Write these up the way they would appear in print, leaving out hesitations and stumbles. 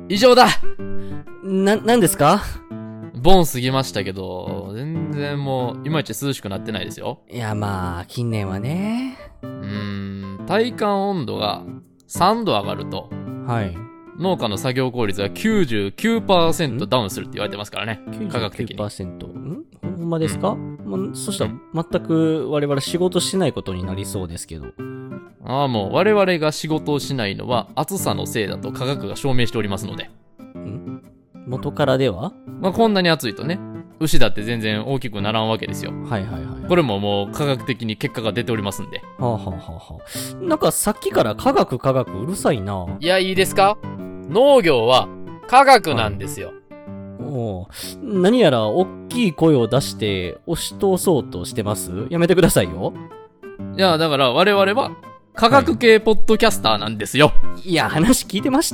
以上だ。 なんですか？ 盆過ぎましたけど、全然もう、いまいち涼しくなってないですよ。 いや、まあ、近年はね。 体感温度が3度上がると、 はい。 農家の作業効率が 99% ダウンするって言われてますからね。科学的に。 99%。ほんまですか？そしたら全く我々仕事しないことになりそうですけど。 もう我々が仕事をしないのは暑さのせいだと科学が証明しておりますので。 元からでは？ こんなに暑いとね、牛だって全然大きくならんわけですよ。 はいはいはい。 これももう科学的に結果が出ておりますんで。 はあはあはあはあ。なんかさっきから科学うるさいな。 いや、いいですか？農業は科学なんですよ。 何やら大きい声を出して押し通そうとしてます？やめてくださいよ。 いや、だから我々は科学系ポッドキャスターなんですよ。 いや、話聞いてました？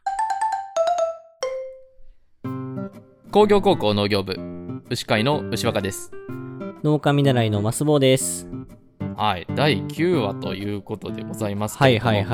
工業高校農業部牛飼いの牛若です。 農家見習いのマスボウです。 はい、第9話ということでございますけれども。 はい。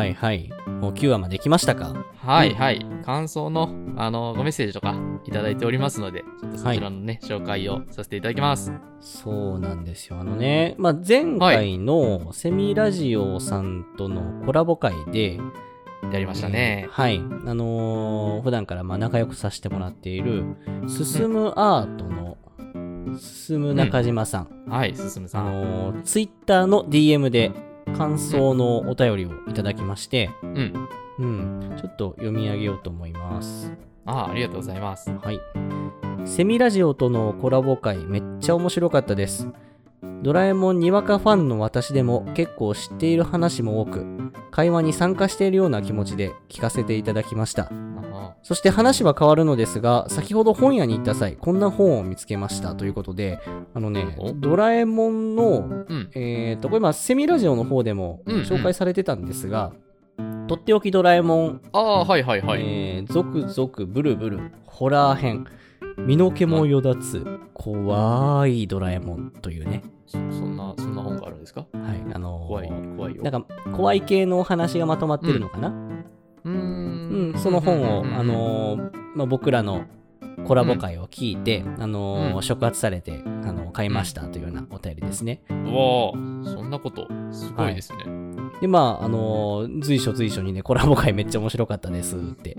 もう9話まで来ましたか？ はいはい。感想のごメッセージとかいただいておりますので、ちょっとそちらのね、紹介をさせていただきます。 そうなんですよ。前回のセミラジオさんとのコラボ会で、 やりましたね。 はい。普段から仲良くさせてもらっている、進むアートの進む中島さん。 はい、進むさん。 ツイッターの DM で感想のお便りをいただきまして、ちょっと読み上げようと思います。 ありがとうございます。 はい。セミラジオとのコラボ会めっちゃ面白かったです。ドラえもんにわかファンの私でも結構知っている話も多く、会話に参加しているような気持ちで聞かせていただきました。そして話は変わるのですが、先ほど本屋に行った際、こんな本を見つけましたということで、ドラえもんの、これ今セミラジオの方でも紹介されてたんですが、とっておきドラえもん、ゾクゾクブルブルホラー編、身の毛もよだつ怖いドラえもんというね。 そんな本があるんですか？ はい、 怖いよ。 なんか怖い系のお話がまとまってるのかな。その本を僕らのコラボ会を聞いて、触発されて買いましたというようなお便りですね。 そんなことすごいですね。 で随所にねコラボ会めっちゃ面白かったですって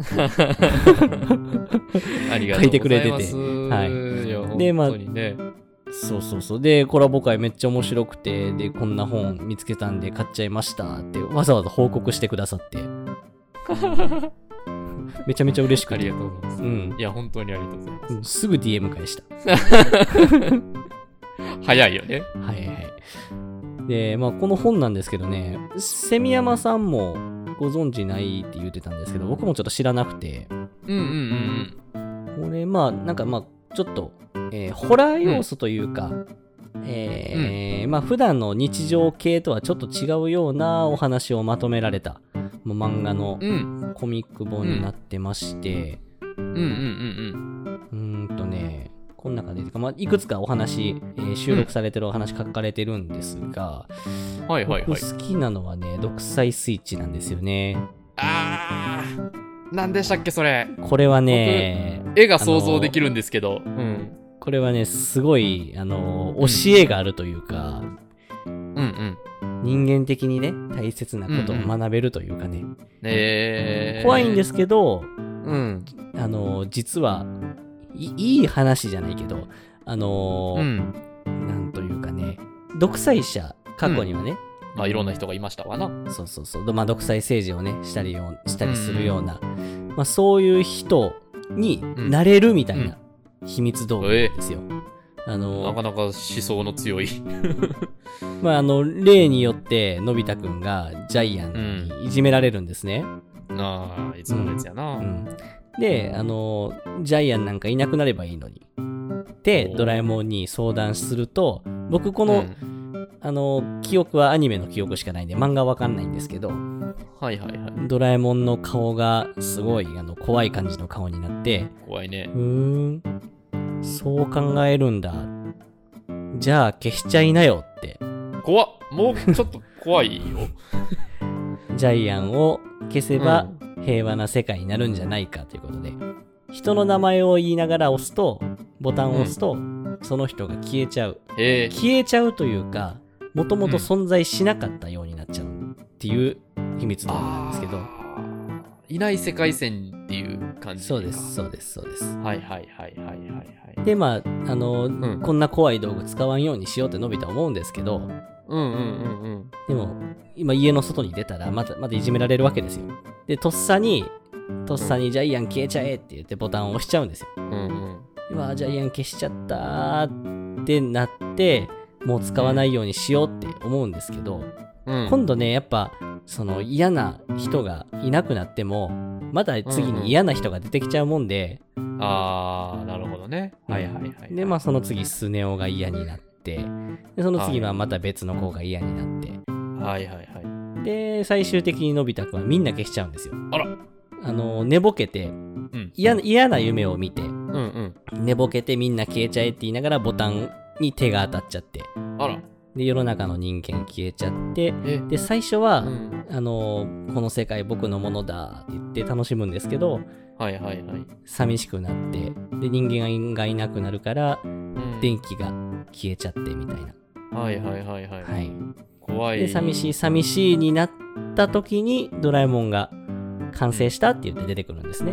ありがとうございます。 書いてくれてて、はい。で本当にね。 そうでコラボ会めっちゃ面白くて、でこんな本見つけたんで買っちゃいましたってわざわざ報告してくださってめちゃめちゃ嬉しくて、 ありがとうございます。いや本当にありがとうございます。 すぐ DM 返した早いよね。 はい。でこの本なんですけどね、セミヤマさんもご存知ないって言ってたんですけど、僕もちょっと知らなくて、これちょっと、ホラー要素というか、普段の日常系とはちょっと違うようなお話をまとめられた漫画のコミック本になってまして、こんな感じで、いくつかお話、収録されてるお話書かれてるんですが、僕好きなのはね、独裁スイッチなんですよね。 何でしたっけそれ。 これはね、 絵が想像できるんですけど、 これはね、すごい教えがあるというか、人間的にね、大切なことを学べるというかね、怖いんですけど、実はいい話じゃないけど、なんというかね、独裁者、過去にはね、 いろんな人がいましたわな。 そう独裁政治をねしたりするような、そういう人になれるみたいな秘密道具なんですよ。 なかなか思想の強い例によってのび太くんがジャイアンにいじめられるんですね。 いつものやつやな。 でジャイアンなんかいなくなればいいのにってドラえもんに相談すると、僕この、記憶はアニメの記憶しかないんで漫画わかんないんですけど、ドラえもんの顔がすごい怖い感じの顔になって、 怖いね。 そう考えるんだ、じゃあ消しちゃいなよって。 もうちょっと怖いよジャイアンを消せば、 平和な世界になるんじゃないかということで、人の名前を言いながらボタンを押すと、その人が消えちゃう。消えちゃうというか、もともと存在しなかったようになっちゃうっていう秘密道具なんですけど。 いない世界線っていう感じ。 そうです。 はいはい。 で、まあ、こんな怖い道具使わんようにしようってのび太は思うんですけど、でも、今家の外に出たらまたいじめられるわけですよ。で、とっさにジャイアン消えちゃえって言ってボタンを押しちゃうんですよ。今、ジャイアン消しちゃったってなって、もう使わないようにしようって思うんですけど、今度ね、やっぱ、その嫌な人がいなくなっても、また次に嫌な人が出てきちゃうもんで、 なるほどね。はい。 で、まあその次、スネ夫が嫌になって、でその次はまた別の子が嫌になって、で、最終的にのび太くんはみんな消しちゃうんですよ。 あら。 寝ぼけて、嫌な夢を見て、寝ぼけてみんな消えちゃえって言いながらボタンに手が当たっちゃって、 あら。 で、世の中の人間消えちゃって、で、最初は、この世界僕のものだって言って楽しむんですけど、寂しくなって、で、人間がいなくなるから、電気が消えちゃってみたいな。 はい。怖い。 で、寂しいになった時に、ドラえもんが完成したって言って出てくるんですね。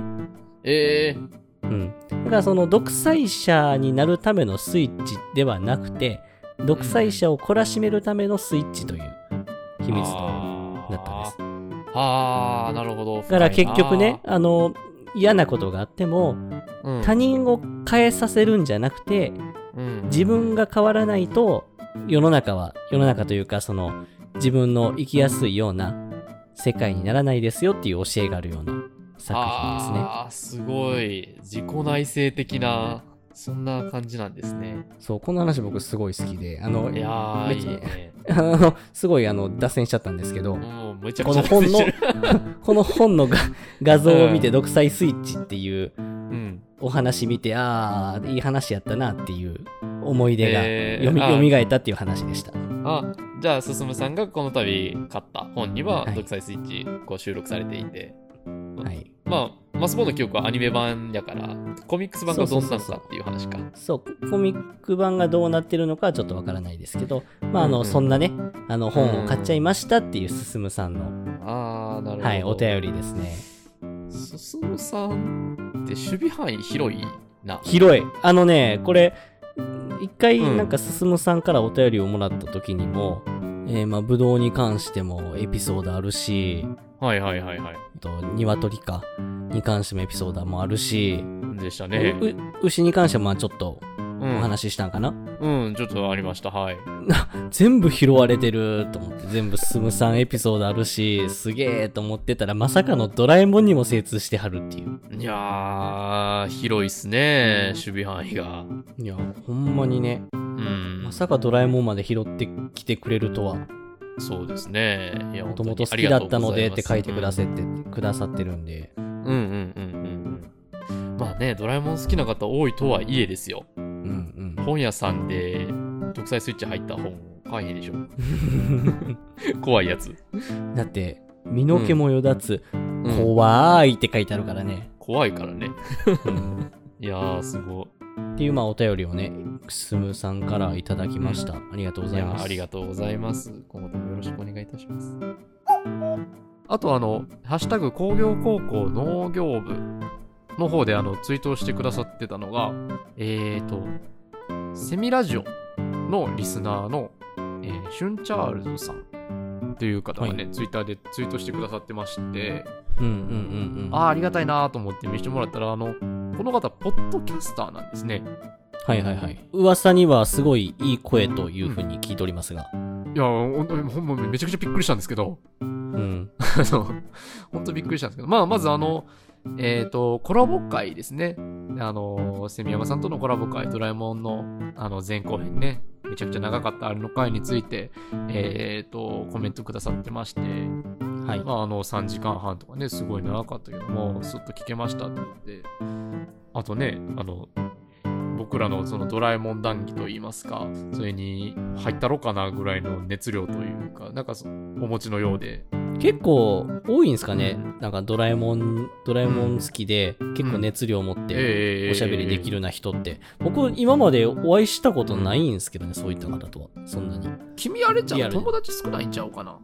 だからその独裁者になるためのスイッチではなくて、独裁者を懲らしめるためのスイッチという秘密道具だったんです。 なるほど。 だから結局ね、嫌なことがあっても、他人を変えさせるんじゃなくて、自分が変わらないと、世の中というか、その自分の生きやすいような世界にならないですよっていう教えがあるような作品ですね。 すごい自己内省的なそんな感じなんですね。 そう、この話僕すごい好きで、 いやー、いいね。 すごい脱線しちゃったんですけど、 めちゃくちゃ脱線してる。 この本の画像を見て、独裁スイッチっていうお話見て、いい話やったなっていう思い出が蘇ったっていう話でした。 じゃあ、進さんがこの度買った本には、独裁スイッチこう収録されていて、マスボの記憶はアニメ版やから、コミックス版がどうなったっていう話か。 そう、コミック版がどうなってるのかはちょっとわからないですけど、そんなね、本を買っちゃいましたっていう進さんの、 なるほど。 お便りですね。 進さんって守備範囲広いな。 広い。これ、一回なんか進さんからお便りをもらった時にも、ブドウに関してもエピソードあるし、鶏かに関してもエピソードもあるし、 でしたね。 牛に関してもちょっとお話ししたんかな。 ちょっとありました。 全部拾われてると思って、全部進さんエピソードあるし、すげえと思ってたら、まさかのドラえもんにも精通してはるっていう。 いやー、広いっすね、守備範囲が。 いや、ほんまにね。まさかドラえもんまで拾ってきてくれるとは。 そうですね。 もともと好きだったのでって書いてくださってるんで。 まあね、ドラえもん好きな方多いとはいえですよ。本屋さんで独裁スイッチ入った本買えへんでしょ。怖いやつ。 だって、身の毛もよだつ、怖いって書いてあるからね。 怖いからね。いやー、すごい。 っていうお便りをね、進さんからいただきました。ありがとうございます。 ありがとうございます。今後ともよろしくお願いいたします。あとハッシュタグ工業高校農業部の方でツイートをしてくださってたのが、セミラジオのリスナーの、シュンチャールズさんという方がね、ツイッターでツイートしてくださってまして、ありがたいなと思って見せてもらったら、この方、ポッドキャスターなんですね。噂にはすごいいい声というふうに聞いておりますが。いや、ほんまめちゃくちゃびっくりしたんですけど。本当びっくりしたんですけど。まずコラボ会ですね。セミヤマさんとのコラボ会、ドラえもんの前後編ね、めちゃくちゃ長かったあれの回について、コメントくださってまして、3時間半とかね、すごい長かったけども、すっと聞けましたって言って、あとね、僕らのそのドラえもん談義といいますか、それに入ったろかなぐらいの熱量というか、なんかお持ちのようで、 結構多いんですかね、なんかドラえもん好きで、結構熱量を持っておしゃべりできるような人って、僕今までお会いしたことないんですけどね、そういった方とはそんなに。 君あれちゃん友達少ないんちゃうかな。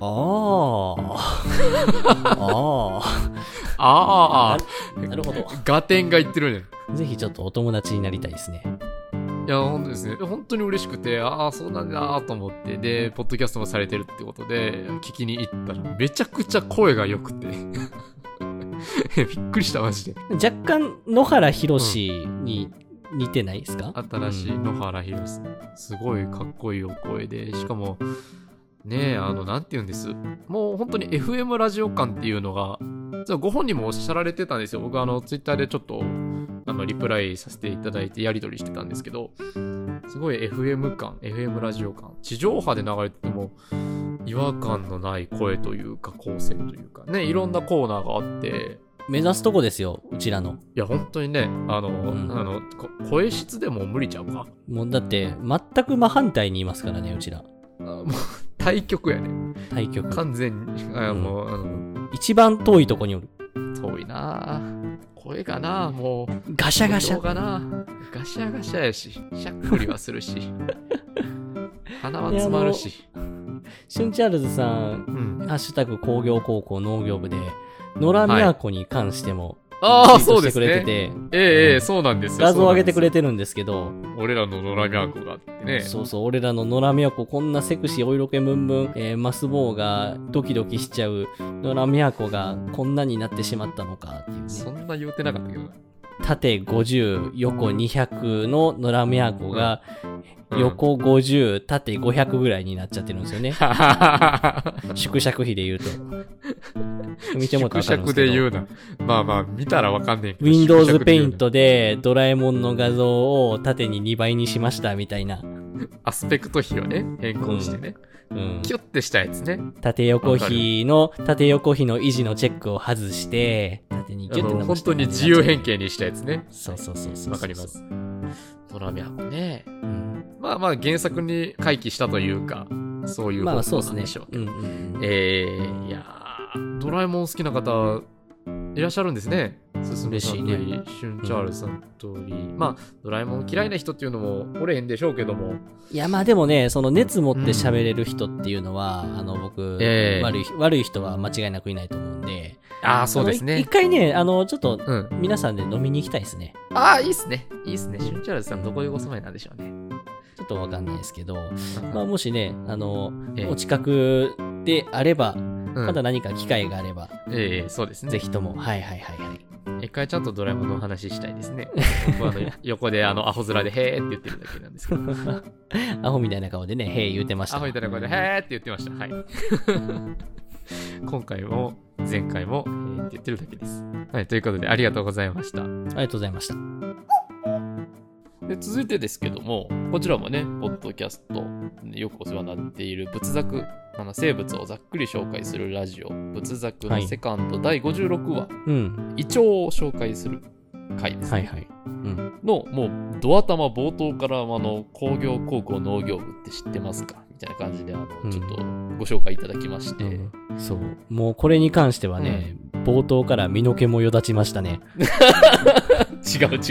なるほど。 ガテンが言ってるね。 ぜひちょっとお友達になりたいですね。 いや、本当ですね。本当に嬉しくて、そうなんだと思って、で、ポッドキャストもされてるってことで、聞きに行ったら、めちゃくちゃ声が良くて。びっくりした、マジで。 若干、野原ひろしに似てないですか？ 新しい野原ひろし。すごいかっこいいお声で、しかも、ねえ、なんて言うんです。もう本当に FM ラジオ感っていうのが、ご本人もおっしゃられてたんですよ。僕ツイッターでちょっと、リプライさせていただいてやり取りしてたんですけど、すごい FM 感、FM ラジオ感、地上波で流れてても違和感のない声というか構成というかね、いろんなコーナーがあって目指すとこですよ、うちらの。 いや本当にね、声質でも無理ちゃうか。 もうだって全く真反対にいますからね、うちら。 もう対極やね。 対極。 完全に一番遠いとこにおる。 遠いなぁ。声がなもうガシャガシャがなガシャガシャやし、しゃっくりはするし鼻は詰まるし。 シュンチャールズさん、ハッシュタグ工業高校農業部で野良都に関してもツイートしてくれてて、 そうなんですよ。 画像上げてくれてるんですけど、 俺らの野良都があってね。 そうそう、俺らの野良都、こんなセクシーお色気ムンムン、マスボウがドキドキしちゃう野良都がこんなになってしまったのかっていう、ね、 そんな言うてなかったけどな。 縦50横200の野良都が、横50縦500ぐらいになっちゃってるんですよね。縮尺比で言うと見てもらったら分かるんですけど、縮尺で言うな。まあまあ見たら分かんねえけど、 Windows ペイントでドラえもんの画像を縦に2倍にしましたみたいなアスペクト比をね変更してね、キュッてしたやつね。 縦横比の維持のチェックを外して縦にギュッて伸ばして、 本当に自由変形にしたやつね。 そうそうそうそう、 わかります。野良都ね、まあまあ原作に回帰したというか、そういう方法なんでしょうけど、いやー、ドラえもん好きな方いらっしゃるんですね。 嬉しいね。 シュンチャールさんとり、まあドラえもん嫌いな人っていうのもおれへんでしょうけども、 いやまあでもね、その熱持って喋れる人っていうのは、僕、悪い人は間違いなくいないと思うんで。 そうですね。 一回ね、ちょっと皆さんで飲みに行きたいですね。 いいっすね。いいっすね。シュンチャールさんどこでお住まいなんでしょうね。 ちょっとわかんないですけど、まあもしね、お近くであれば、まだ何か機会があれば、 そうですね。 ぜひとも、はい。 一回ちゃんとドラえもんの話したいですね。僕は横でアホ面でへーって言ってるだけなんですけど。 アホみたいな顔でね、へー言ってました。 アホみたいな顔でへーって言ってました。はい。今回も前回も、って言ってるだけです。はい、ということでありがとうございました。ありがとうございました。 で続いてですけども、こちらもね、ポッドキャストよくお世話になっている仏作、生物をざっくり紹介するラジオ、仏作のセカンド第56話、イチョウを紹介する回ですね。の、もう、ドア玉冒頭から工業高校農業部って知ってますかみたいな感じで、ちょっとご紹介いただきまして。 そう。もうこれに関してはね、冒頭から身の毛もよだちましたね。 違う。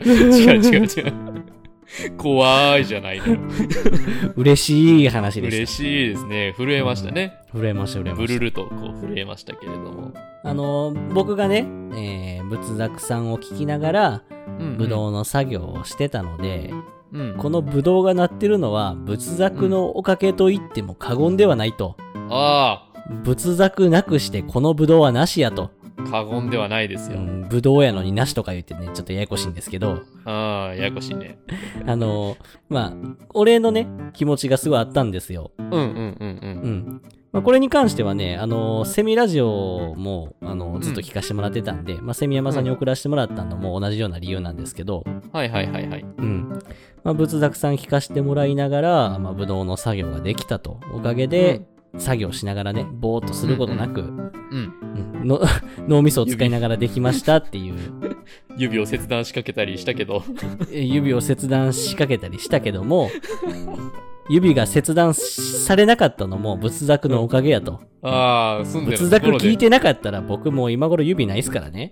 怖いじゃないのよ。 嬉しい話でした。 嬉しいですね。震えましたね。 震えました。 ブルルとこう震えましたけれども。 僕がね、仏作さんを聞きながら、ぶどうの作業をしてたので、このぶどうがなってるのは仏作のおかげと言っても過言ではないと。仏作なくしてこのぶどうはなしやと。 過言ではないですよ。 ぶどうやのになしとか言ってね、ちょっとややこしいんですけど。 ややこしいね。 まあ、お礼のね、気持ちがすごいあったんですよ。まあ、これに関してはね、セミラジオも、ずっと聞かせてもらってたんで、まあ、セミヤマさんに送らせてもらったのも同じような理由なんですけど。 まあ、仏作さん聞かせてもらいながら、まあ、ぶどうの作業ができたと。おかげで、作業しながらね、ぼーっとすることなく、脳みそを使いながらできましたっていう。 指を切断しかけたりしたけど。 指を切断しかけたりしたけども、 指が切断されなかったのも仏作のおかげやと。 ああ、住んでる仏作聞いてなかったら僕もう今頃指ないっすからね。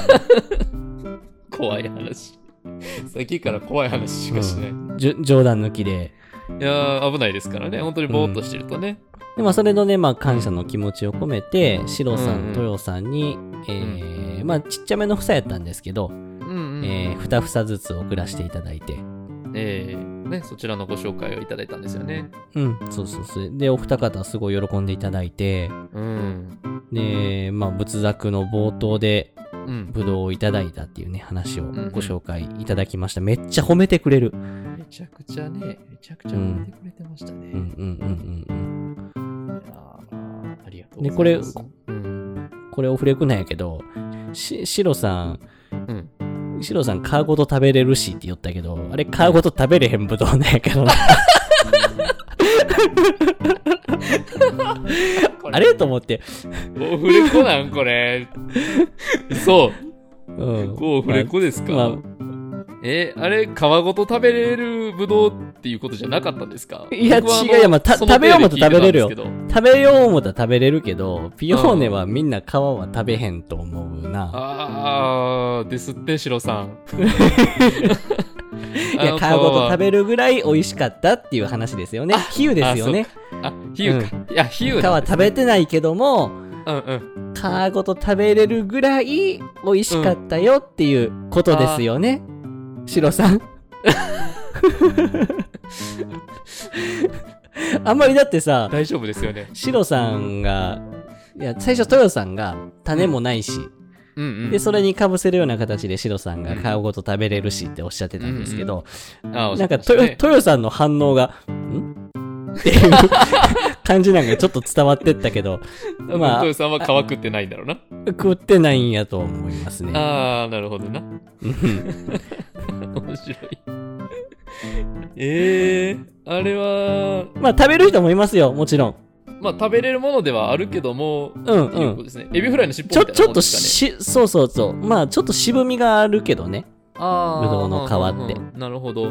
怖い話。さっきから怖い話しかしない。 冗談抜きで。 いやー、危ないですからね。本当にぼーっとしてるとね。 でまあ、それのね、まあ、感謝の気持ちを込めて、シロさん、豊さんに、まあ、ちっちゃめの房やったんですけど、2房ずつ送らせていただいて。 ね、そちらのご紹介をいただいたんですよね。 そうそうそう。で、お二方すごい喜んでいただいて、で、まあ、仏作の冒頭で、ぶどうをいただいたっていうね、話をご紹介いただきました。めっちゃ褒めてくれる。 めちゃくちゃ褒めてくれてましたね。ありがとうございます。 これオフレコなんやけど、シロさん、シロさん皮ごと食べれるしって言ったけど、あれ皮ごと食べれへんぶどうなんやけどな。あれと思って。 オフレコなんこれ。そう。オフレコですか、あれ、皮ごと食べれるぶどうっていうことじゃなかったんですか？ いや、違うよ。まあ、食べようもと食べれるよ。食べようもと食べれるけど、ピオーネはみんな皮は食べへんと思うな。 ですって、シロさん。 いや、皮ごと食べるぐらい美味しかったっていう話ですよね。比喩ですよね。 比喩か。いや、比喩皮食べてないけども、皮ごと食べれるぐらい美味しかったよっていうことですよね。シロさん。あんまりだってさ、 大丈夫ですよね。 シロさんが、いや、最初、豊さんが種もないし、で、それに被せるような形でシロさんが皮ごと食べれるしっておっしゃってたんですけど、なんか、豊さんの反応が、っていう感じなんかちょっと伝わってったけど、 まあ、豊さんは皮食ってないんだろうな。 食ってないんやと思いますね。 なるほどな。面白い。あれは、 まあ食べる人もいますよ、もちろん。 まあ食べれるものではあるけども、いうことですね。エビフライの尻尾みたいなもんですかね。 ちょっとそう。まあちょっと渋みがあるけどね。ぶどうの皮って。 なるほど。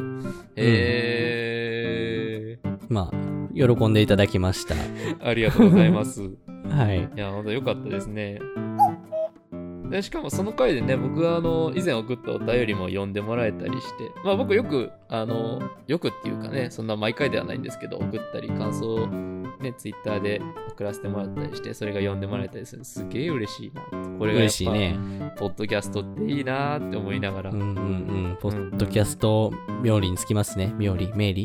まあ、喜んでいただきました。 ありがとうございます。 はい。 いや、ほんとよかったですね。でしかもその回でね、僕は以前送ったお便りも読んでもらえたりして、まあ僕よくっていうかね、そんな毎回ではないんですけど、送ったり感想をね、ツイッターで送らせてもらったりして、それが読んでもらえたりする。すげえ嬉しいな。これがやっぱ、ポッドキャストっていいなって思いながら。ポッドキャスト、妙理につきますね。妙理。漢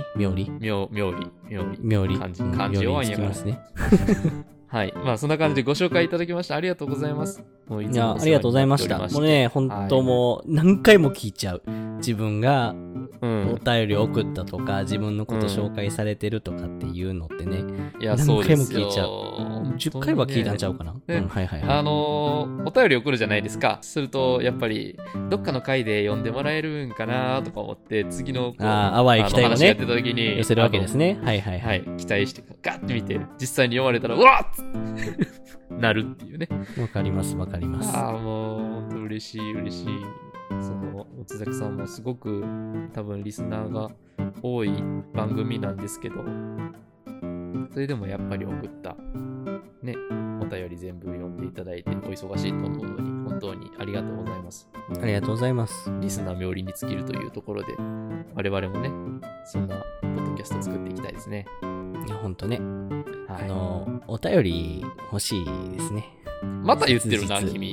字弱いんやから。はい。まあ、そんな感じでご紹介いただきました。ありがとうございます。もういつもありがとうございました。もうね、本当もう何回も聞いちゃう。自分がお便り送ったとか、自分のこと紹介されてるとかっていうのってね、何回も聞いちゃう。10回は聞いたんちゃうかな。 お便り送るじゃないですか。すると、やっぱり、どっかの回で読んでもらえるんかなとか思って、次の淡い期待をね、 寄せるわけですね。はい。 期待して、ガッて見て、実際に読まれたら、うわっなるっていうね。 わかります。 もう、本当嬉しい。おつざきさんもすごく多分リスナーが多い番組なんですけど、それでもやっぱり送ったね、お便り全部読んでいただいてお忙しいと思うのに本当にありがとうございます。 ありがとうございます。 リスナー冥利に尽きるというところで、我々もね、そんなポッドキャスト作っていきたいですね。 いや、ほんとね。お便り欲しいですね。 また言ってるな、君。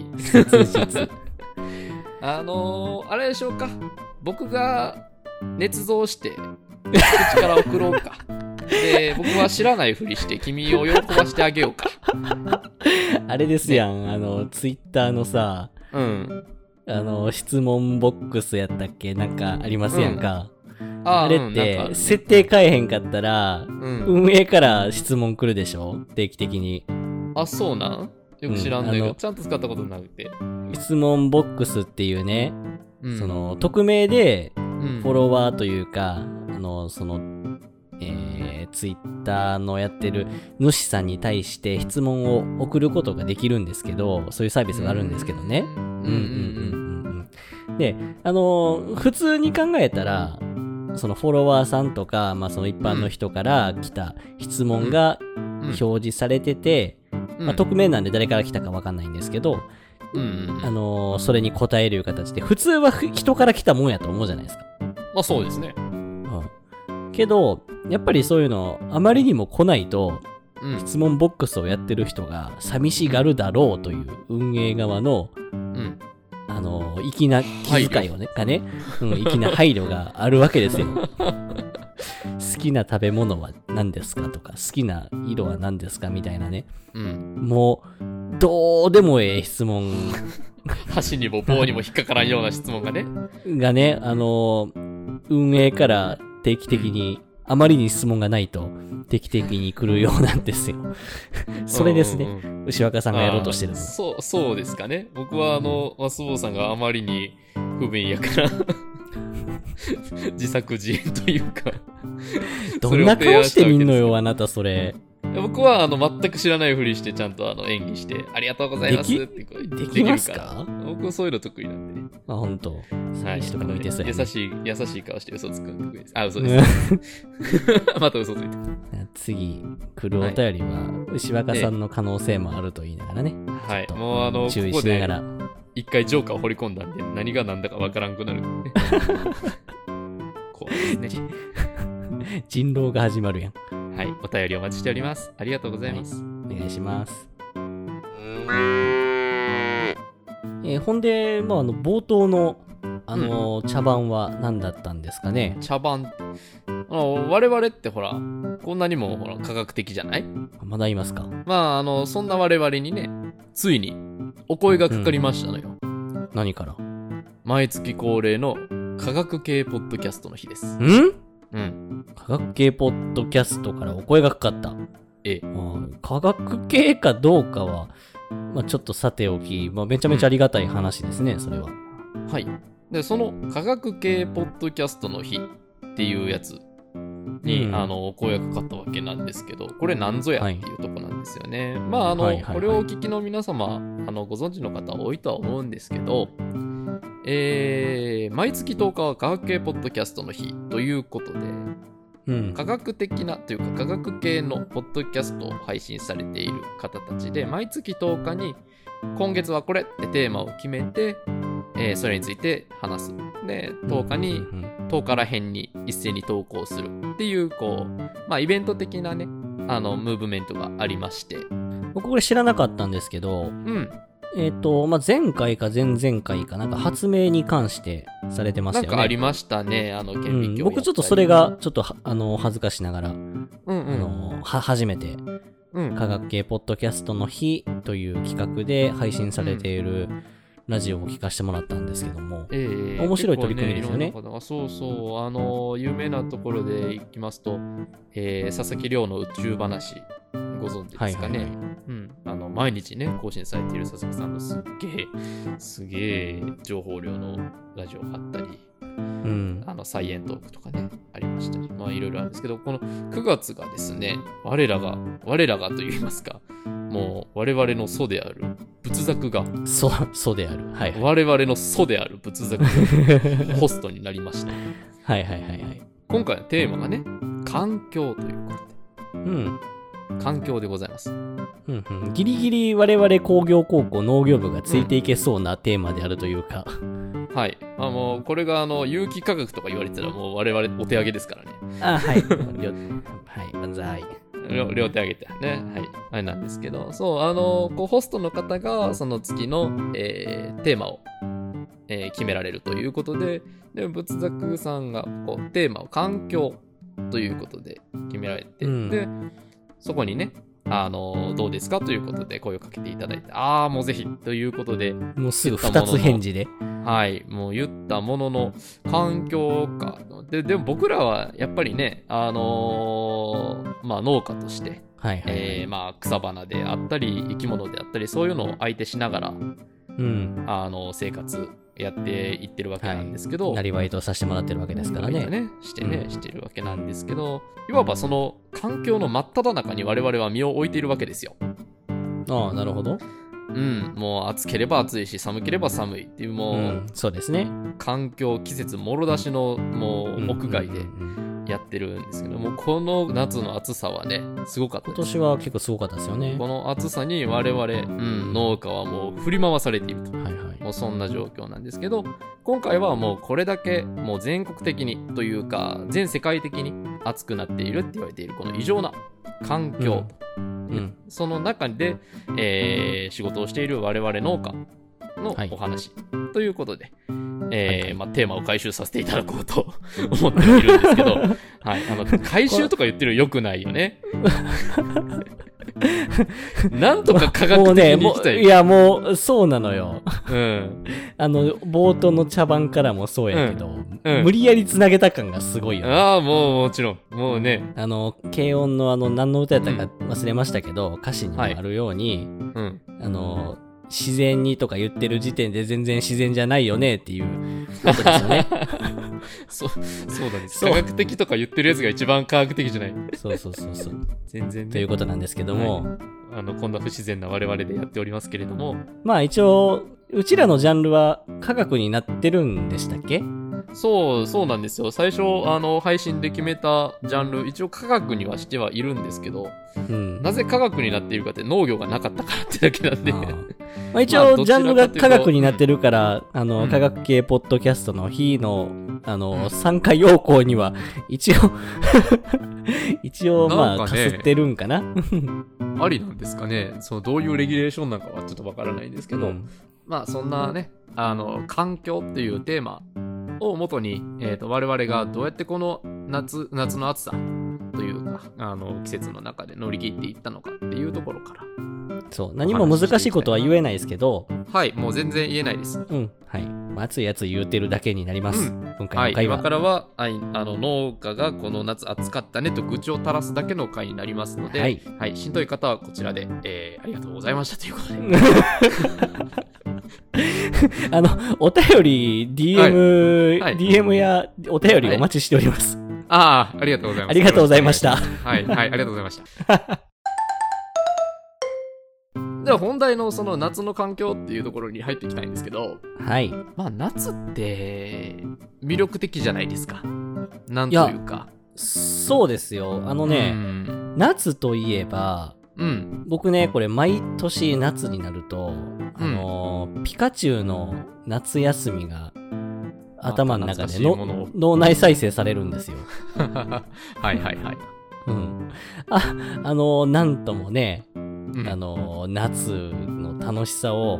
あれでしょうか。僕が捏造して、口から送ろうか。で、僕は知らないふりして、君を喜ばしてあげようか。 あれですやん、ツイッターのさ、質問ボックスやったっけ？なんかありますやんか。あれって、設定変えへんかったら、運営から質問来るでしょ？定期的に。 あ、そうなん？よく知らんだけど、ちゃんと使ったことなくて。 質問ボックスっていうね、その匿名でフォロワーというか、ツイッターのやってる主さんに対して質問を送ることができるんですけど、そういうサービスがあるんですけどね。で、普通に考えたら、 そのフォロワーさんとか、まあ、その一般の人から来た質問が表示されてて、まあ、匿名なんで誰から来たか分かんないんですけど、それに答えるいう形で、普通は人から来たもんやと思うじゃないですか。 まあそうですね。 けど、やっぱりそういうの、あまりにも来ないと、質問ボックスをやってる人が寂しがるだろうという運営側の、粋な気遣いをね、粋な配慮があるわけですよ。好きな食べ物は何ですかとか、好きな色は何ですかみたいなね。もう、どうでもええ質問。 箸にも棒にも引っかからんような質問がね。 運営から定期的に、あまりに質問がないと定期的に来るようなんですよ。それですね。牛若さんがやろうとしてるの。 そうですかね。僕はマスボウさんがあまりに不便やから自作自演というかどんな顔してみんのよ、あなたそれ。 僕は全く知らないふりしてちゃんと演技してありがとうございますってできますか？ 僕はそういうの得意なんでね。 あ、ほんと。はい、人もいてそうやね。 優しい顔して嘘つくの得意です。あ、嘘です。また嘘ついて。 次来るお便りは牛若さんの可能性もあると言いながらね。 はい。もう注意しながら。 一回ジョーカーを掘り込んだんで何が何だかわからんくなる、ね。怖いですね。 人狼が始まるやん。 はい、お便りお待ちしております。ありがとうございます。 お願いします。ほんで、冒頭の、茶番は何だったんですかね。 茶番。我々ってほら、こんなにもほら科学的じゃない？ まだいますか？ まあ、そんな我々にね、ついにお声がかかりましたのよ。 何から？ 毎月恒例の科学系ポッドキャストの日です。 科学系ポッドキャストからお声がかかった。科学系かどうかは、ちょっとさておき、めちゃめちゃありがたい話ですね、それは。 はい。で、その科学系ポッドキャストの日っていうやつに、お声がかかったわけなんですけど、これなんぞやっていうとこなんですよね。これをお聞きの皆様、ご存知の方多いとは思うんですけど、毎月10日は科学系ポッドキャストの日ということで、科学的なというか科学系のポッドキャストを配信されている方たちで、毎月10日に今月はこれってテーマを決めて、それについて話す。で、10日らへんに一斉に投稿するっていう、イベント的なね、ムーブメントがありまして。 僕これ知らなかったんですけど、前回か前々回かなんか発明に関してされてましたよね。 なんかありましたね、顕微鏡。 僕ちょっとそれがちょっと恥ずかしながら、初めて科学系ポッドキャストの日という企画で配信されているラジオを聞かせてもらったんですけども、面白い取り組みですよね。 そう、有名なところでいきますと、佐々木亮の宇宙話ご存知ですかね。毎日ね更新されている佐々木さんのすげえ情報量のラジオがあったり、サイエントークとかねありましたり、いろいろあるんですけど、この9月がですね、我らがといいますか、もう我々の祖である仏作が祖である、 我々の祖である仏作がホストになりました。今回のテーマがね、環境ということで、環境でございます。 ギリギリ我々工業高校農業部がついていけそうなテーマであるというか、 はい。もうこれが有機化学とか言われてたらもう我々お手上げですからね。 万歳。 両手上げてね。あれなんですけど、そう、ホストの方がその月の、テーマを、決められるということで、仏作さんがテーマを環境ということで決められて、でそこにね、どうですかということで声をかけていただいて、もうぜひということで、 もうすぐ2つ返事で。 もう言ったものの、環境か。でも僕らはやっぱりね、農家として、草花であったり、生き物であったり、そういうのを相手しながら、生活やっていってるわけなんですけど、 なりわいとさせてもらってるわけですからね。 してるわけなんですけど、いわばその環境の真っ只中に我々は身を置いているわけですよ。 なるほど。 もう暑ければ暑いし寒ければ寒いっていうもう、 そうですね。 環境季節もろ出しのもう屋外でやってるんですけども、この夏の暑さはねすごかったです。 今年は結構すごかったですよね。 この暑さに我々、農家はもう振り回されていると、もうそんな状況なんですけど、今回はもうこれだけもう全国的にというか全世界的に暑くなっているって言われているこの異常な環境、その中で、仕事をしている我々農家のお話、ということで、テーマを回収させていただこうと思っているんですけど、回収とか言ってるよくないよね。なんとか科学的にいきたい。 いやもうそうなのよ。冒頭の茶番からもそうやけど、無理やりつなげた感がすごいよね。 もちろんもうね、 軽音の何の歌やったか忘れましたけど、歌詞にもあるように、自然にとか言ってる時点で全然自然じゃないよねっていうことですよね。 そうだね。科学的とか言ってるやつが一番科学的じゃない。 そう。 全然ね。 ということなんですけども、 こんな不自然な我々でやっておりますけれども、 一応うちらのジャンルは科学になってるんでしたっけ？ そうなんですよ。最初配信で決めたジャンル、一応科学にはしてはいるんですけど、なぜ科学になっているかって農業がなかったからってだけなんで。 一応ジャンルが科学になってるから、科学系ポッドキャストの日の参加要項には一応かすってるんかな。 ありなんですかね。どういうレギュレーションなのかはちょっとわからないんですけど、そんなね、環境っていうテーマをもとに、我々がどうやってこの夏の暑さというか季節の中で乗り切っていったのかっていうところから、 何も難しいことは言えないですけど、 もう全然言えないです。 暑いやつ言うてるだけになります、今回の回は。 今からは農家がこの夏暑かったねと愚痴を垂らすだけの回になりますので、しんどい方はこちらで、ありがとうございましたということで。 お便り DM やお便りお待ちしております。 ありがとうございます。 ありがとうございました。 ありがとうございました。では本題のその夏の環境っていうところに入っていきたいんですけど、夏って魅力的じゃないですか。なんというか。 そうですよ。夏といえば、僕ねこれ毎年夏になると、ピカチュウの夏休みが頭の中で脳内再生されるんですよ。なんともね、夏の楽しさを、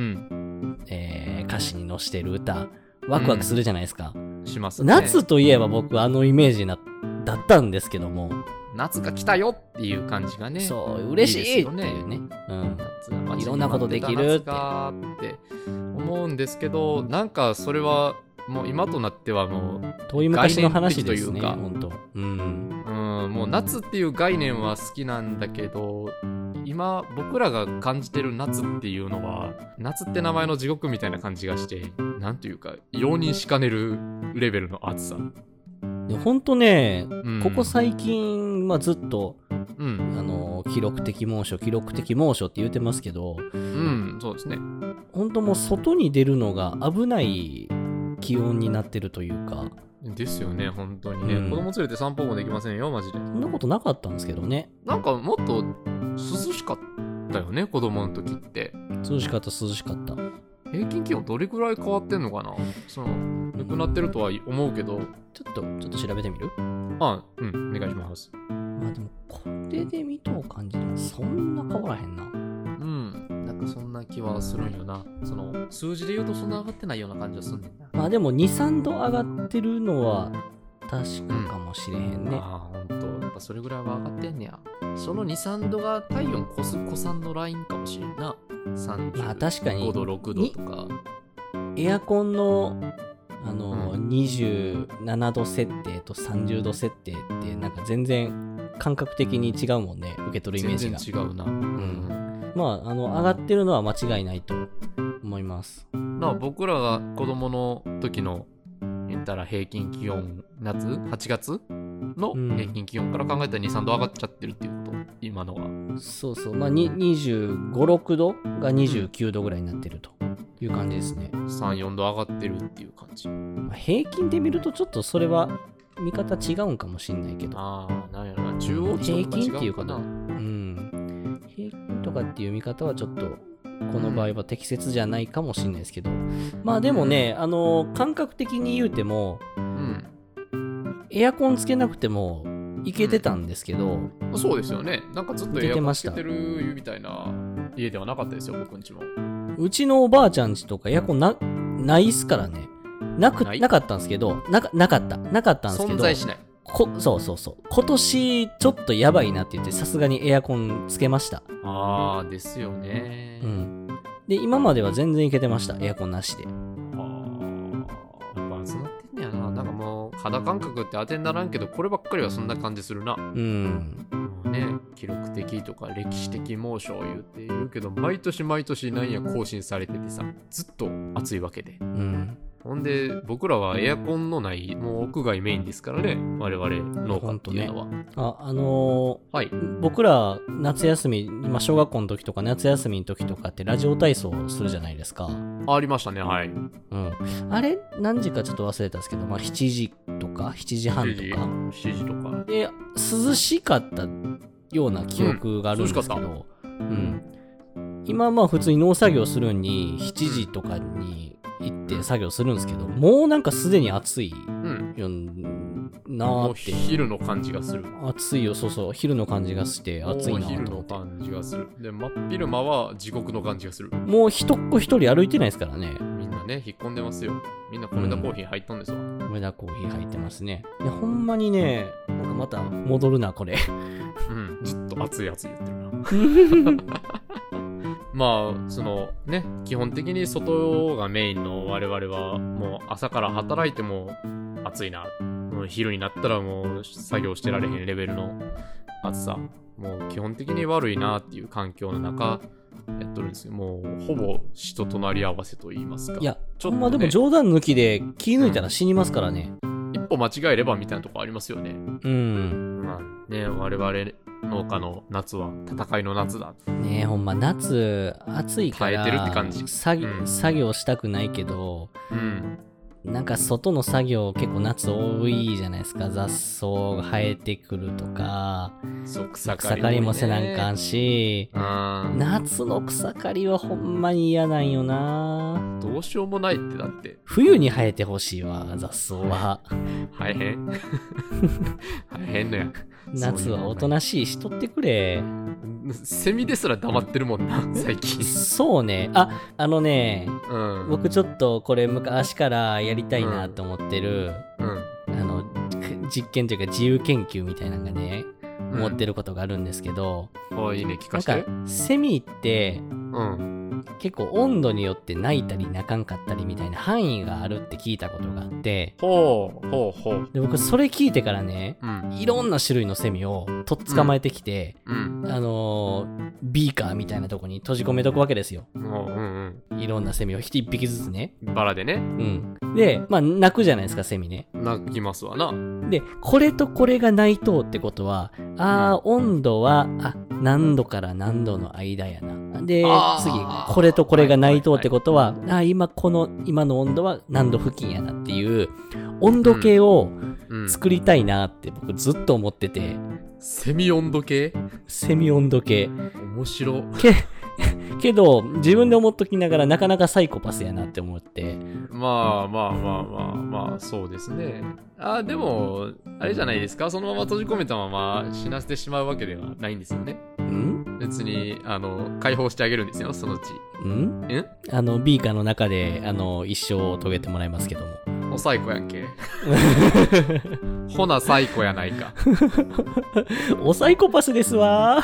歌詞に載してる歌、ワクワクするじゃないですか。 しますね。 夏といえば僕イメージだったんですけども、 夏が来たよっていう感じがね、 嬉しいっていうね、いろんなことできるって思うんですけど、なんかそれはもう今となってはもう遠い昔の話ですね。本当。 もう夏っていう概念は好きなんだけど、今僕らが感じてる夏っていうのは、夏って名前の地獄みたいな感じがして、なんというか容認しかねるレベルの暑さ。 本当ね、ここ最近、ずっと、記録的猛暑って言ってますけど、 そうですね。 本当もう外に出るのが危ない気温になってるというか。 ですよね、本当にね。子供連れて散歩もできませんよ、マジで。 そんなことなかったんですけどね。 なんかもっと涼しかったよね、子供の時って。 涼しかった。 平均気温どれくらい変わってんのかな。良くなってるとは思うけど、 ちょっと調べてみる？ お願いします。 でもこれで見とう感じでもそんな変わらへんな。 なんかそんな気はするんよな。数字で言うとそんな上がってないような感じはすんねんな。 でも 2,3 度上がってるのは確かかもしれへんね。 ほんと。やっぱそれぐらいは上がってんねや。その 2,3 度が体温越す子さんのラインかもしれんな。35度、6度とか。 エアコンの27度設定と30度設定ってなんか全然感覚的に違うもんね、受け取るイメージが。 全然違うな。 上がってるのは間違いないと思います。 僕らが子供の時の言ったら平均気温8月の平均気温から考えたら 2,3 度上がっちゃってるっていうこと、今のは。 そうそう、まあ25、6度が29度ぐらいになってるという感じですね。 3、4度上がってるっていう感じ。 まあ、平均で見るとちょっとそれは見方違うんかもしんないけど。 なんやろな、中央値とか違うかな。 平均とかっていう見方はちょっとこの場合は適切じゃないかもしれないですけど、まあでもね、感覚的に言うても、エアコンつけなくてもいけてたんですけど、 そうですよね。なんかずっとエアコンつけてるみたいな家ではなかったですよ、僕んちも。うちのおばあちゃんちとかエアコンないっすからね。なかったんですけど、なかったんですけど、 存在しない。 そう。今年ちょっとやばいなって言って、さすがにエアコンつけました。 ですよね。 で、今までは全然いけてました、エアコンなしで。やっぱそうなってんねやな。なんかもう、肌感覚って当てにならんけど、こればっかりはそんな感じするな。記録的とか歴史的猛暑を言うけど、毎年なんや更新されててさ、ずっと暑いわけで。ほんで、僕らはエアコンのない、もう屋外メインですからね、我々農家っていうのは。はい、 僕ら夏休み、今小学校の時とか夏休みの時とかってラジオ体操するじゃないですか。 ありましたね、はい。 あれ、何時かちょっと忘れたんですけど、まあ7時とか、7時半とか。 7時とか。 で、涼しかったような記憶があるんですけど、今まあ普通に農作業するに7時とかに行って作業するんですけど、もうなんかすでに暑いよなーって。 昼の感じがする。 暑いよ、そう、昼の感じがして暑いなと思って。 昼の感じがする。で、真っ昼間は地獄の感じがする。 もう一人歩いてないですからね。 みんなね、引っ込んでますよ。みんなコメダコーヒー入ったんですわ。 コメダコーヒー入ってますね。いや、ほんまにね、なんかまた戻るな、これ。 ずっと暑い言ってるな。まあ、そのね、基本的に外がメインの我々は、もう朝から働いても暑いな。もう昼になったらもう作業してられへんレベルの暑さ。もう基本的に悪いなっていう環境の中、やっとるんですよ。もうほぼ死と隣り合わせと言いますか。 いや、ちょっと、まあでも冗談抜きで気抜いたら死にますからね。 一歩間違えればみたいなとこありますよね。まあね、我々農家の夏は戦いの夏だね。ほんま夏暑いから耐えてるって感じ。 作業したくないけど、なんか外の作業結構夏多いじゃないですか。雑草が生えてくるとか、草刈りもせなんかんし、夏の草刈りはほんまに嫌なんよな。 どうしようもないって。だって冬に生えてほしいわ、雑草は。 生えへん生えへんのや。 夏はおとなしいしとってくれ。 セミですら黙ってるもんな、最近。 そうね。僕ちょっとこれ昔からやりたいなと思ってる、実験というか自由研究みたいなのがね、思ってることがあるんですけど、 いいね、聞かせて。 なんかセミって、結構温度によって鳴いたり鳴かんかったりみたいな範囲があるって聞いたことがあって、で僕それ聞いてからね、いろんな種類のセミをとっ捕まえてきて、ビーカーみたいなとこに閉じ込めとくわけですよ。いろんなセミを一匹ずつね。 バラでね。 で、まあ鳴くじゃないですか、セミね。 鳴きますわな。 で、これとこれが鳴いとうってことは、温度は何度から何度の間やな。で、次、これとこれが鳴いとうってことは、今の温度は何度付近やなっていう温度計を作りたいなって僕ずっと思ってて。 セミ温度計？ セミ温度計。 面白。 けど、自分で思っときながらなかなかサイコパスやなって思って。 まあ、そうですね。でも、あれじゃないですか。そのまま閉じ込めたまま死なせてしまうわけではないんですよね。別に、解放してあげるんですよ、そのうち。 ビーカーの中で、一生を遂げてもらいますけども。 おサイコやんけ。ほなサイコやないか。 おサイコパスですわ。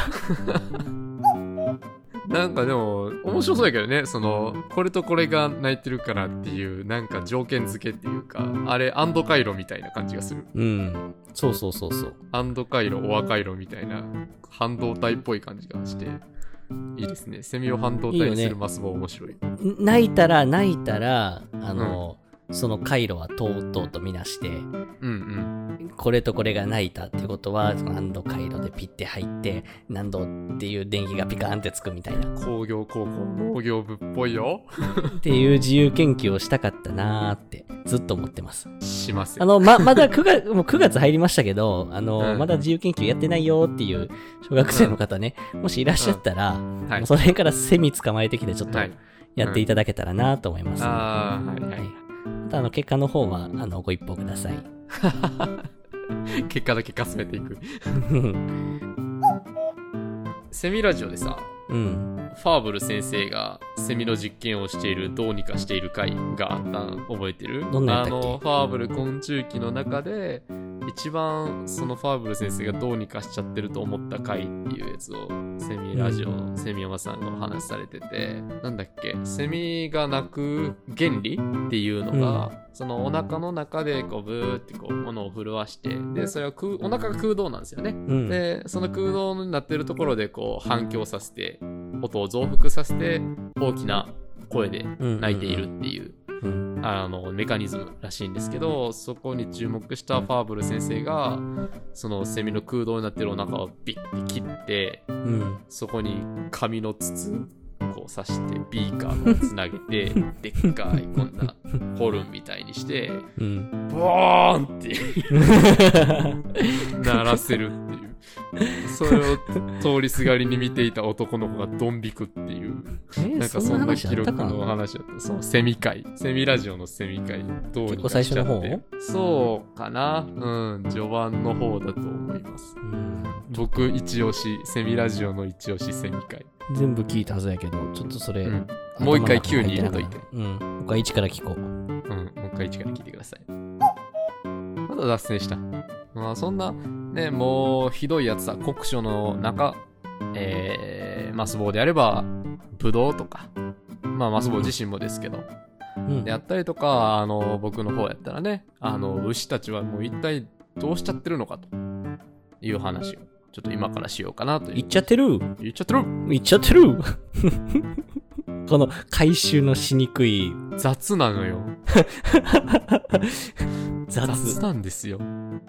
なんかでも面白そうやけどね、そのこれとこれが鳴いてるからっていうなんか条件付けっていうか、あれアンド回路みたいな感じがする。 そう。 アンド回路、オア回路みたいな半導体っぽい感じがしていいですね。セミを半導体にするマスボ面白い。 鳴いたらその回路はとうとうとみなして、これとこれが泣いたってことは何度回路でピッて入って何度っていう電気がピカーンってつくみたいな。 工業高校農業部っぽいよっていう自由研究をしたかったなーってずっと思ってます。 しますよ。 まだ9月入りましたけど、まだ自由研究やってないよっていう小学生の方ね、もしいらっしゃったら、それからセミ捕まえてきてちょっとやっていただけたらなと思います、ね。また結果の方はご一報ください。 結果だけかすめていく。セミラジオでさ、ファーブル先生がセミの実験をしているどうにかしている回があったの覚えてる？ どんなやったっけ？ ファーブル昆虫記の中で一番そのファーブル先生がどうにかしちゃってると思った回っていうやつをセミラジオのセミヤマさんがお話しされてて、なんだっけ、セミが鳴く原理っていうのが、そのお腹の中でこうブーってこう物を震わして、でそれはお腹が空洞なんですよね、でその空洞になってるところでこう反響させて音を増幅させて大きな声で鳴いているっていう、メカニズムらしいんですけど、そこに注目したファーブル先生がそのセミの空洞になってるお腹をビッて切って、そこに紙の筒こう刺してビーカーをつなげてでっかいこんなホルンみたいにして、ボーンって鳴らせるっていう、それを通りすがりに見ていた男の子がドン引くっていう、なんかそんな記録の話だった。そのセミラジオのセミ会どうにかしちゃって、結構最初の方？そうかな、序盤の方だと思います。僕一押しセミラジオの一押しセミ会全部聞いたはずやけど、ちょっとそれ、 もう一回9に入れといて、 もう一回1から聞こう。 もう一回1から聞いてください。まだ脱線した。そんなね、もうひどいやつさ、酷暑の中、マスボウであればブドウとか、マスボウ自身もですけど、であったりとか、僕の方やったらね、牛たちはもう一体どうしちゃってるのかという話をちょっと今からしようかなという。 言っちゃってるこの回収のしにくい雑なのよ。雑なんですよ。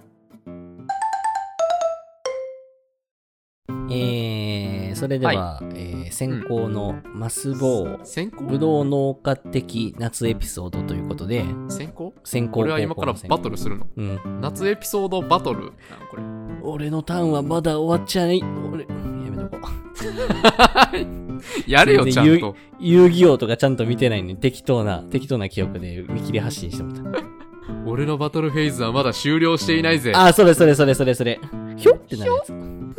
それでは、先行のマスボウぶどう農家的夏エピソードということで、 先行俺は今からバトルするの、夏エピソードバトルこれ。 俺のターンはまだ終わっちゃない。やめとこう。 やれよちゃんと。 遊戯王とかちゃんと見てないのに適当な記憶で見切り発信してもらった。 俺のバトルフェーズはまだ終了していないぜ。 それ。ひょってなるやつ。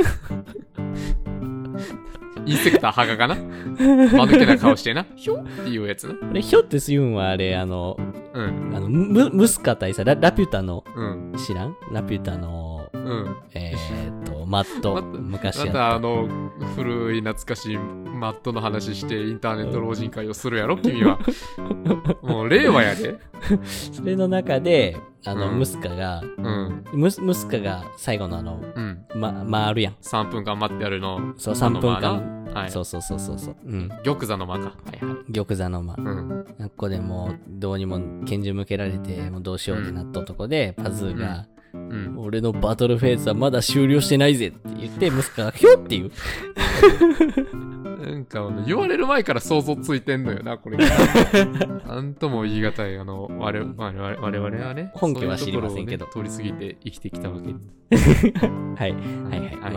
インセクターハガかな。間抜けな顔してな。ひょっていうやつな。 俺ひょってす言うんはあれムスカ大佐ラピュタの、知らん？ラピュタのマット昔やった。 また古い懐かしいマットの話してインターネット老人会をするやろ君は。もう令和やで。 それの中でムスカが、ムスカが最後の回るやん。 3分間待ってやるの。 そう、3分間。 はい、 そう。 玉座の間か。 玉座の間。ここでもうどうにも拳銃向けられて、もうどうしようってなったとこで、パズーが、俺のバトルフェーズはまだ終了してないぜって言って、ムスカがひょって言う。 なんか言われる前から想像ついてんのよな、これ。なんとも言い難い、我々はね、 本家は知りませんけど、 通り過ぎて生きてきたわけに。 はい。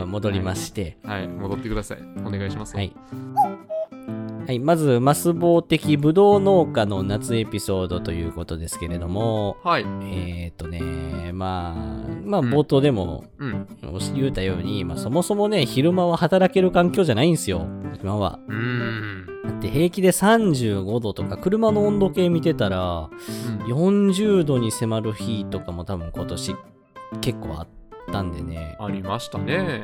戻りまして。 はい、戻ってください。お願いします。 はい。まず、マスボウ的ブドウ農家の夏エピソードということですけれども、 はい。 冒頭でも言うたように、そもそもね、昼間は働ける環境じゃないんですよ、今は。だって平気で35度とか、車の温度計見てたら、40度に迫る日とかも多分今年結構あったんでね。 ありましたね。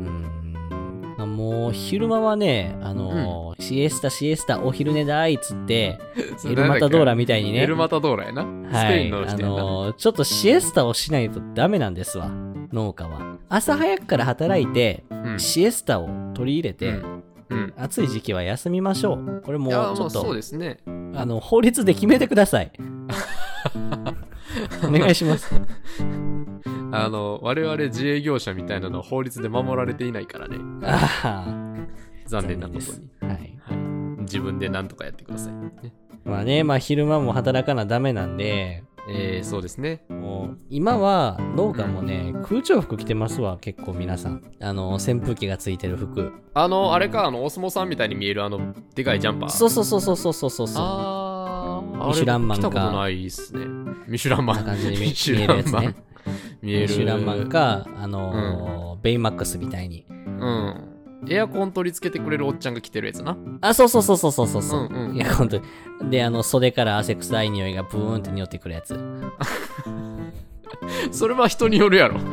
もう昼間はね、シエスタお昼寝だいっつってエルマタドーラみたいにね、 エルマタドーラやな、スペインの視点な、 ちょっとシエスタをしないとダメなんですわ、農家は。朝早くから働いて、シエスタを取り入れて、暑い時期は休みましょう。これもうちょっとそうですね、 法律で決めてください。 お願いします。 我々自営業者みたいなのは法律で守られていないからね。残念なことに。はい。自分で何とかやってください、ね。 まあね、まあ昼間も働かなダメなんで、 そうですね。 もう今は農家もね、空調服着てますわ、結構皆さん。扇風機がついてる服。 あれか、お相撲さんみたいに見えるでかいジャンパー。 そう。ミシュランマンか。 着たことないっすね。ミシュランマン。 な感じで見えるやつね。 見える。 ミシュランマンか、ベイマックスみたいに。 エアコン取り付けてくれるおっちゃんが着てるやつな。 そう。エアコンで、袖から汗臭い匂いがブーンって匂ってくるやつ。 それは人によるやろ。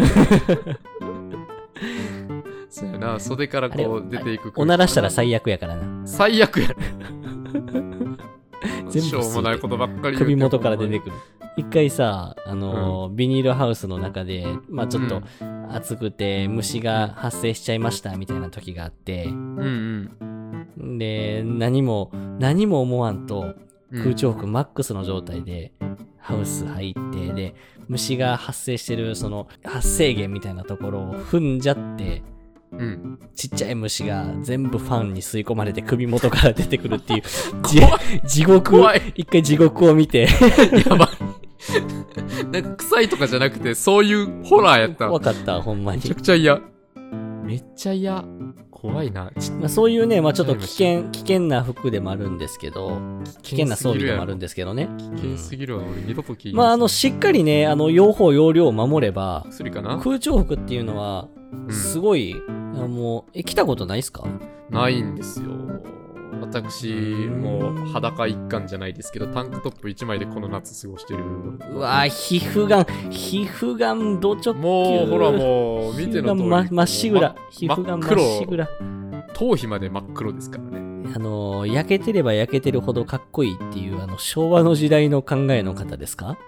そうやな、袖からこう出ていく。 おならしたら最悪やからな。 最悪やね。 全部しょうもないことばっかり首元から出てくる。一回さ、ビニールハウスの中で、まあちょっと暑くて虫が発生しちゃいましたみたいな時があって、で、何も思わんと、空調服マックスの状態でハウス入って、で、虫が発生してるその発生源みたいなところを踏んじゃって、ちっちゃい虫が全部ファンに吸い込まれて首元から出てくるっていう地獄を見てやばい。なんか臭いとかじゃなくてそういうホラーやった。 怖かった、ほんまに。 めちゃくちゃ嫌。めっちゃ嫌。怖いな。 まあ、そういうね、まあちょっと危険な服でもあるんですけど、危険な装備でもあるんですけどね。 危険すぎるわ、俺二度と聞いて。 まあしっかりね、用法用量を守れば、 薬かな？ 空調服っていうのは、すごい、もう、着たことないっすか？ ないんですよ。私、もう裸一貫じゃないですけど、タンクトップ1枚でこの夏過ごしてる。 うわぁ、皮膚がん、ド直球。 もう、ほらもう、見ての通り。 まっしぐら。皮膚がんまっしぐら。 頭皮まで真っ黒ですからね。 焼けてれば焼けてるほどかっこいいっていう、昭和の時代の考えの方ですか？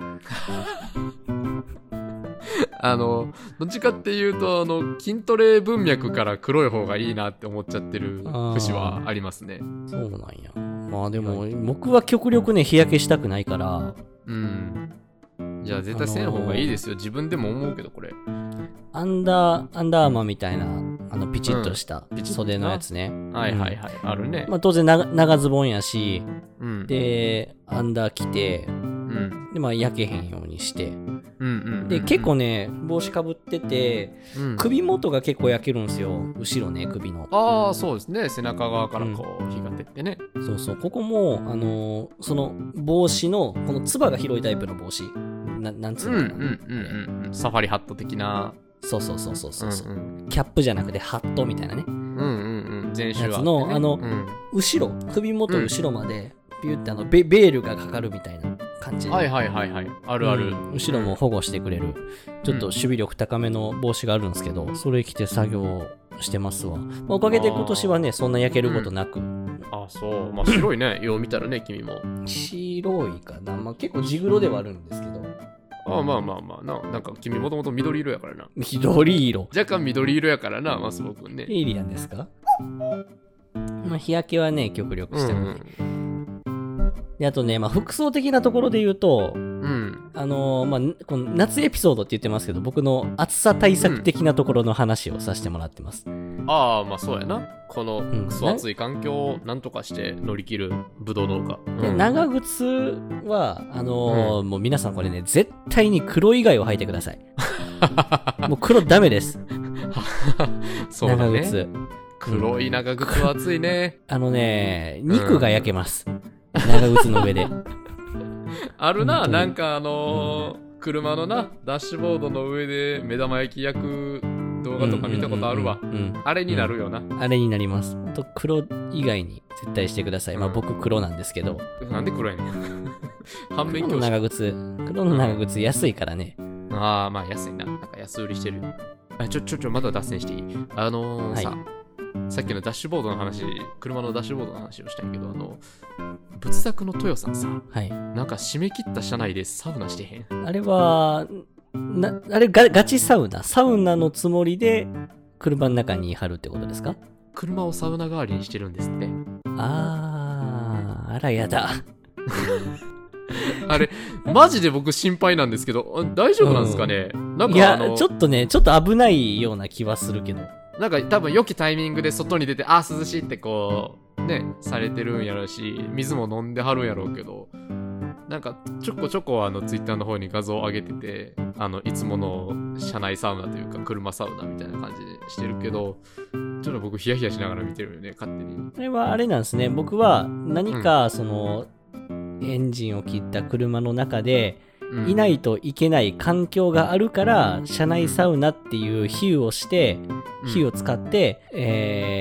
どっちかっていうと、筋トレ文脈から黒い方がいいなって思っちゃってる節はありますね。 そうなんや。まあでも、僕は極力ね、日焼けしたくないから。 じゃあ絶対せん方がいいですよ。自分でも思うけど、これ。 アンダーアーマーみたいな、ピチッとした袖のやつね。 はい。あるね。 まあ当然長ズボンやし、で、アンダー着て、で、まあ焼けへんようにして。で、結構ね、帽子かぶってて、首元が結構焼けるんですよ。後ろね、首の。 そうですね。背中側からこう、火が出てね。 そう。ここも、その帽子の、このつばが広いタイプの帽子。なんつうのかな。 サファリハット的な。 そう。キャップじゃなくてハットみたいなね。 全種は、 ね。の、後ろ、首元後ろまで、ピュってベールがかかるみたいな感じで。 はい。ある。 後ろも保護してくれる、ちょっと守備力高めの帽子があるんですけど、それ着て作業してますわ。おかげで今年はね、そんな焼けることなく。 そう。まあ白いね。よう見たらね、君も。 白いかな。まあ結構地黒ではあるんですけど。 まあなんか君もともと緑色やからな。 緑色。 若干緑色やからな、マスボ君ね。 エイリアンですか？まあ日焼けはね、極力してもね。で、あとね、まあ服装的なところで言うと、まあこの夏エピソードって言ってますけど、僕の暑さ対策的なところの話をさせてもらってます。 まあそうやな。このクソ暑い環境をなんとかして乗り切るブドウ農家。 で長靴はもう皆さんこれね、絶対に黒以外を履いてください。もう黒ダメです。 そうだね。 長靴。 黒い長靴は暑いね。 肉が焼けます。長靴の上で。 あるな、なんか車のな、ダッシュボードの上で目玉焼き焼く動画とか見たことあるわ。あれになるよな。 あれになります。黒以外に絶対してください。まあ僕黒なんですけど。 なんで黒やねん。反面教師。 黒の長靴安いからね。 まあ安いな。なんか安売りしてる。まだ脱線していい？さっきのダッシュボードの話、車のダッシュボードの話をしたんやけど、仏作の豊さんさ、なんか締め切った車内でサウナしてへん？ あれは、あれガチサウナのつもりで車の中に貼るってことですか？ 車をサウナ代わりにしてるんですって。 あらやだ。 あれマジで僕心配なんですけど、大丈夫なんですかね、なんかいやちょっと危ないような気はするけど、 なんか多分良きタイミングで外に出て涼しいってこうねされてるんやろうし、水も飲んではるんやろうけど、なんかちょこちょこツイッターの方に画像を上げてて、いつもの車内サウナというか車サウナみたいな感じでしてるけど、ちょっと僕ヒヤヒヤしながら見てるよね、勝手に。 これはあれなんですね。僕は何かその、エンジンを切った車の中でいないといけない環境があるから、車内サウナっていう比喩をして、比喩を使って、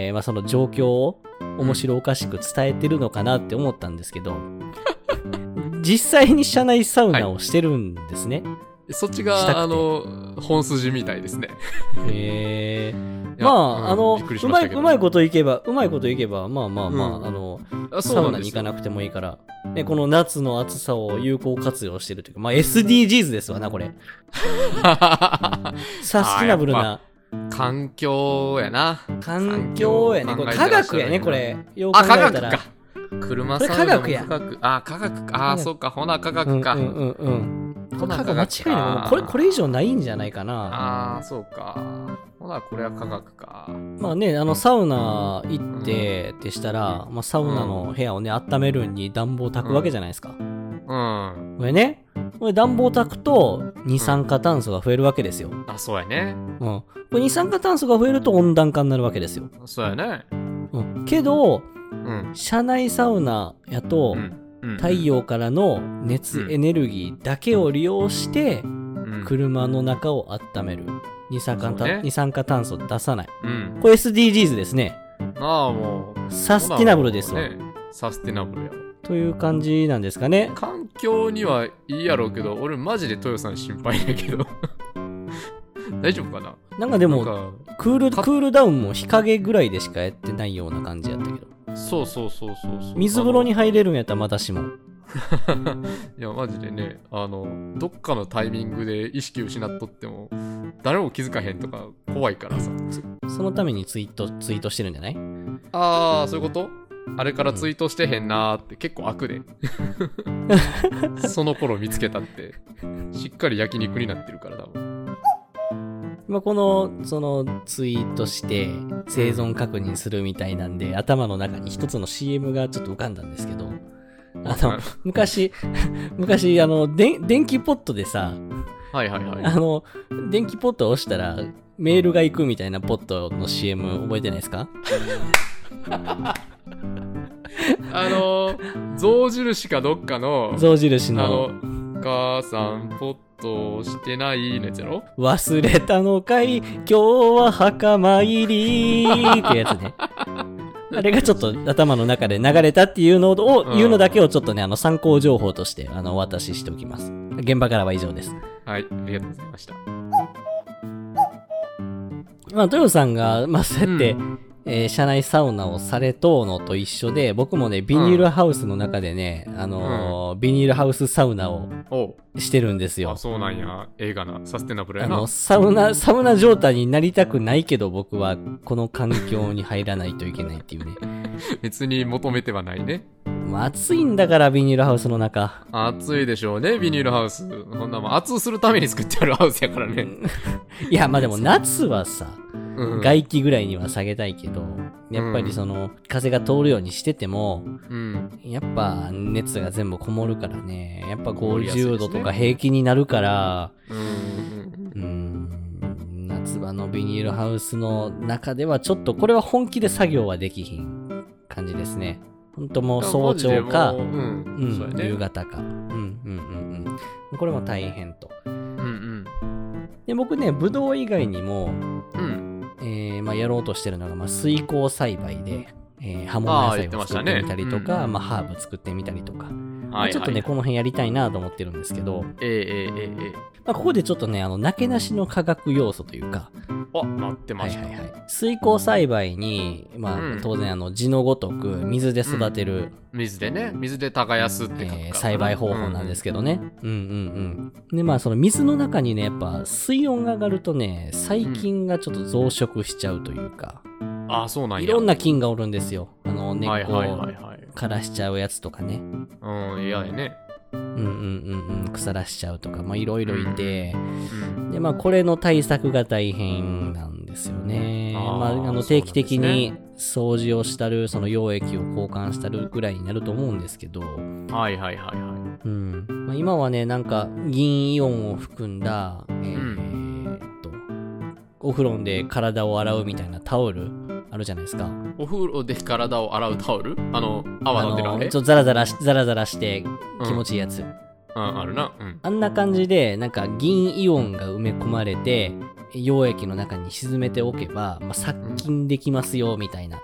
その状況を面白おかしく伝えてるのかなって思ったんですけど、実際に車内サウナをしてるんですね。 そっちが本筋みたいですね。 まあうまいこといけばサウナに行かなくてもいいから、ね、この夏の暑さを有効活用してるというか、まあ SDGs ですわなこれ。サスティナブルな環境やな。 環境やね。これ科学やねこれ。よく考えたら。 科学か。車サウナも科学や。 科学か。そうか。ほな科学か。 科学間違いない。これ以上ないんじゃないかな。 そうか。ほなこれは科学か。 まあね、サウナ行ってでしたら、まあサウナの部屋をね温めるに暖房炊くわけじゃないですか。これね。これ暖房炊くと二酸化炭素が増えるわけですよ。 そうやね。 これ二酸化炭素が増えると温暖化になるわけですよ。 そうやね。 けど、車内サウナやと、太陽からの熱エネルギーだけを利用して、車の中を温める。二酸化炭素出さない。これ SDGs ですね。 もうサスティナブルですわ。 サスティナブルやわ。 という感じなんですかね。 環境にはいいやろうけど、俺マジで豊さん心配やけど大丈夫かな。 なんかでもクールダウンも日陰ぐらいでしかやってないような感じやったけど。 そう水風呂に入れるんやったらまだしもいやマジでね、どっかのタイミングで意識失っとっても誰も気づかへんとか怖いからさ。 そのためにツイートしてるんじゃない？ そういうこと？あれからツイートしてへんなーって結構悪でその頃見つけたってしっかり焼肉になってるから多分。 まあ、そのツイートして生存確認するみたいなんで、頭の中に一つの CM がちょっと浮かんだんですけど、昔電気ポットでさ、電気ポットを押したらメールが行くみたいなポットの CM 覚えてないですか？ 象印かどっかの象印の母さんポットしてないのやつやろ。 忘れたのかい今日は墓参りってやつね。あれがちょっと頭の中で流れたっていうのを言うのだけをちょっとね参考情報としてお渡ししておきます。現場からは以上です。 はい、ありがとうございました。 まあ豊さんがそうやって、車内サウナをされとうのと一緒で、僕もねビニールハウスの中でね、ビニールハウスサウナをしてるんですよ。 そうなんや。映画なサステナブルやな。 サウナ状態になりたくないけど、僕はこの環境に入らないといけないっていうね。 別に求めてはないね。 暑いんだからビニールハウスの中。 暑いでしょうね、ビニールハウス。こんなもん暑くするために作ってあるハウスやからね。 いやでも夏はさ、外気ぐらいには下げたいけど、やっぱり風が通るようにしてても、やっぱ熱が全部こもるからね。やっぱ50度とか平気になるから、夏場のビニールハウスの中ではちょっとこれは本気で作業はできひん感じですね。ほんともう早朝か、夕方か。これも大変と。で僕ね、ブドウ以外にも、やろうとしてるのが、水耕栽培で、葉物野菜を作ってみたりとか、ハーブ作ってみたりとか、ちょっとね、この辺やりたいなと思ってるんですけど、ここでちょっとね、なけなしの化学要素というか、 なってました。 水耕栽培に、当然字のごとく水で育てる、 水で耕すって栽培方法なんですけどね。でその水の中にね、やっぱ水温が上がるとね、細菌がちょっと増殖しちゃうというか、 そうなんや。 いろんな菌がおるんですよ。根っこを枯らしちゃうやつとかね。 嫌やね。 腐らしちゃうとか、いろいろいて、でこれの対策が大変なんですよね。定期的に掃除をしたる、その溶液を交換したるぐらいになると思うんですけど、今はね、なんか銀イオンを含んだ、お風呂で体を洗うみたいなタオルあるじゃないですか。 お風呂で体を洗うタオル？泡飲んでるあれ？ ちょっとザラザラして気持ちいいやつ。 あるな。 あんな感じで、なんか銀イオンが埋め込まれて、溶液の中に沈めておけば、殺菌できますよ、みたいな。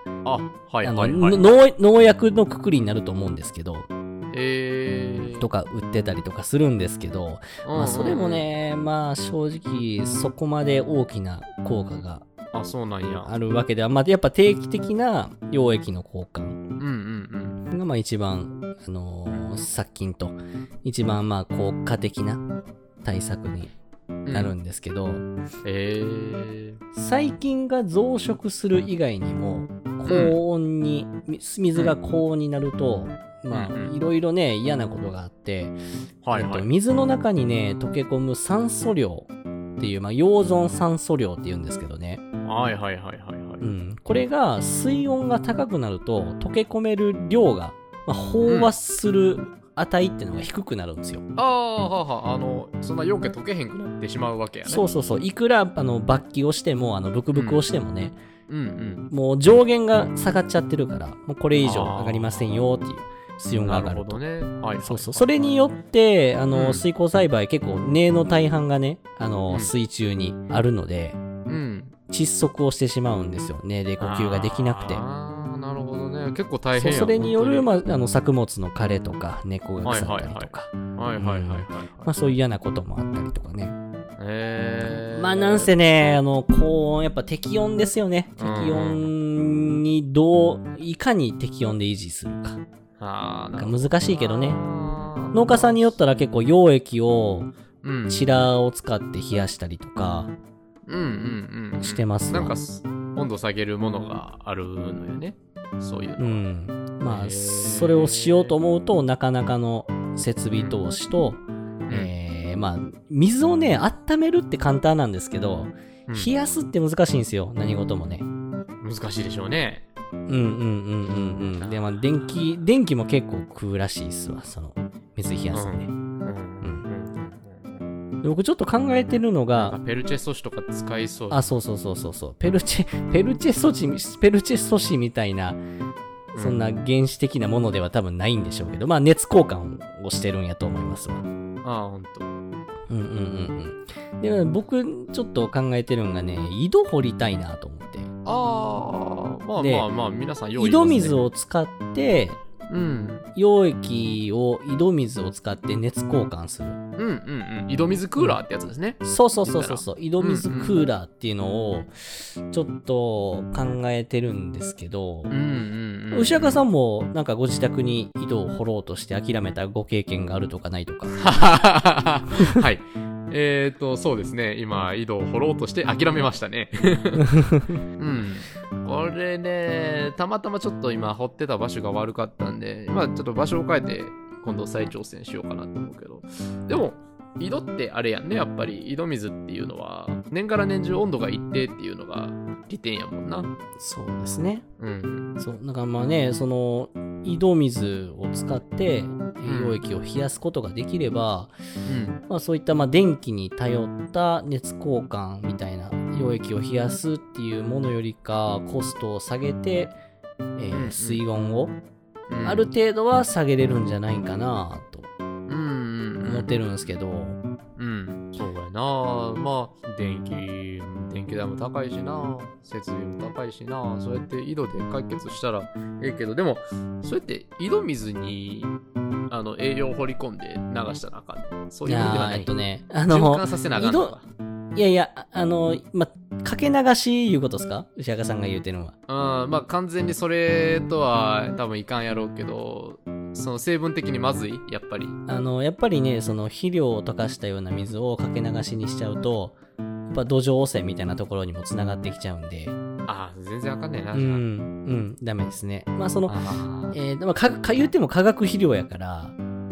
農薬のくくりになると思うんですけど。とか売ってたりとかするんですけど、それもね、正直そこまで大きな効果があるわけでは、やっぱ定期的な溶液の交換が一番、殺菌と一番効果的な対策になるんですけど、細菌が増殖する以外にも高温に、水が高温になるといろいろね嫌なことがあって、水の中にね溶け込む酸素量っていう、溶存酸素量っていうんですけどね。これが水温が高くなると溶け込める量が、飽和する値っていうのが低くなるんですよ。 そんな溶け溶けへんくなってしまうわけやね。 そう。いくら抜気をしてもブクブクをしてもね、もう上限が下がっちゃってるから、もうこれ以上上がりませんよっていう。水温が上がると。それによって水耕栽培結構根の大半がね水中にあるので、窒息をしてしまうんですよ。根で呼吸ができなくて。 なるほどね。結構大変や。 それによる作物の枯れとか根っこが腐ったりとか、そういう嫌なこともあったりとかね。なんせね高温やっぱ適温ですよね。適温にいかに適温で維持するか。難しいけどね。農家さんによったら結構溶液をチラを使って冷やしたりとかしてますなんか温度下げるものがあるのよね。そういうのそれをしようと思うとなかなかの設備投資と、水をね温めるって簡単なんですけど、冷やすって難しいんですよ。何事もね難しいでしょうね。 で電気も結構食うらしいっすわ、その水冷やすね。僕ちょっと考えてるのがペルチェ素子とか使いそう。 そうペルチェ素子みたいなそんな原始的なものでは多分ないんでしょうけど、熱交換をしてるんやと思いますわ。 ほんと。 で僕ちょっと考えてるのがね、井戸掘りたいなと思って。 皆さん井戸水を使って溶液を井戸水を使って熱交換する。 井戸水クーラーってやつですね。 そう井戸水クーラーっていうのをちょっと考えてるんですけど、牛若さんもなんかご自宅に井戸を掘ろうとして諦めたご経験があるとかないとか。 はい。そうですね。今、井戸を掘ろうとして諦めましたね。これね、たまたまちょっと今掘ってた場所が悪かったんで、ちょっと場所を変えて今度再挑戦しようかなと思うけど、でも、井戸ってあれやんね、やっぱり井戸水っていうのは年から年中温度が一定っていうのが利点やもんな。 そうですね。そうなんかその井戸水を使って溶液を冷やすことができれば、そういった電気に頼った熱交換みたいな溶液を冷やすっていうものよりかコストを下げて、水温をある程度は下げれるんじゃないかなと思ってるんですけど、 そうやな。電気代も高いしな、設備も高いしな、そうやって井戸で解決したらええけど、でもそうやって井戸水に栄養を掘り込んで流したらあかん。そういうのではない。循環させなあかんのか。 かけ流しいうことですか、牛若さんが言うてるのは。 完全にそれとは多分いかんやろうけど、その成分的にまずい、やっぱり。 やっぱりね、その肥料を溶かしたような水をかけ流しにしちゃうと、やっぱ土壌汚染みたいなところにもつながってきちゃうんで。 全然あかんねえな。 ダメですね。言っても化学肥料やから、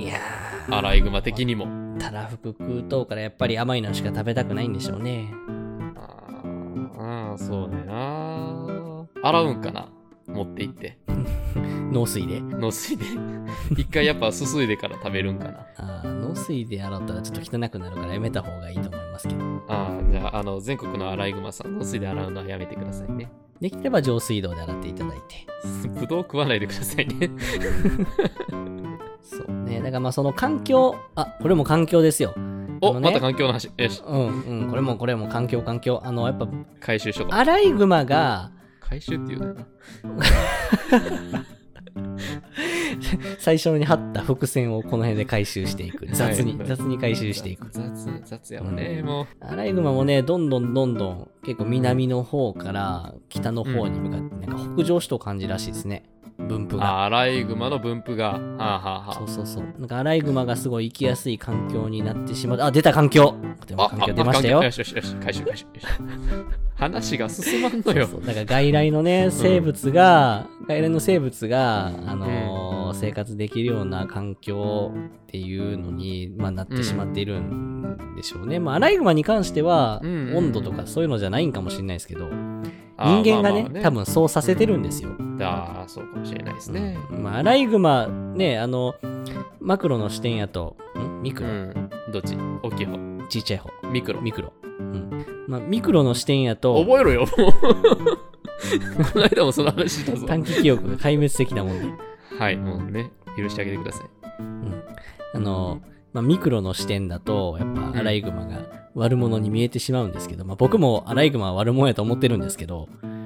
いやー、アライグマ的にも。 たらふく食うとうからやっぱり甘いのしか食べたくないんでしょうね。 そうねな。洗うんかな、持って行って。 農水で一回やっぱすすいでから食べるんかな。 農水で洗ったらちょっと汚くなるからやめた方がいいと思いますけど。 じゃあ、全国のアライグマさん、農水で洗うのはやめてくださいね。 できれば上水道で洗っていただいて。 ぶどう食わないでくださいね。 そうね。だからまあその環境、これも環境ですよ。 また環境の話。よし。 これも環境。やっぱ、 回収しとこう。 アライグマが、 回収っていうのな。 最初に貼った伏線をこの辺で回収していく。雑に回収していく。 雑やもんね、もう。 アライグマもね、どんどん結構南の方から北の方に向かってなんか北上しと感じらしいですね。分布が。 アライグマの分布が。 そう。なんかアライグマがすごい生きやすい環境になってしまう。出た環境。環境出ましたよ。 よし。回収。話が進まんのよ。 だから外来の生物が、生活できるような環境っていうのに、なってしまっているんでしょうね。アライグマに関しては、温度とかそういうのじゃないんかもしれないですけど、人間がね、多分そうさせてるんですよ。 そうかもしれないですね。 アライグマ、ね、マクロの視点やと、ミクロ、 どっち？大きい方。 ちっちゃい方。 ミクロ。 ミクロの視点やと、 覚えろよ、もう。この間もその話したぞ。 短期記憶が壊滅的なもんで。 はい、もうね、許してあげてください。 ミクロの視点だと、やっぱアライグマが悪者に見えてしまうんですけど、僕もアライグマは悪者やと思ってるんですけど、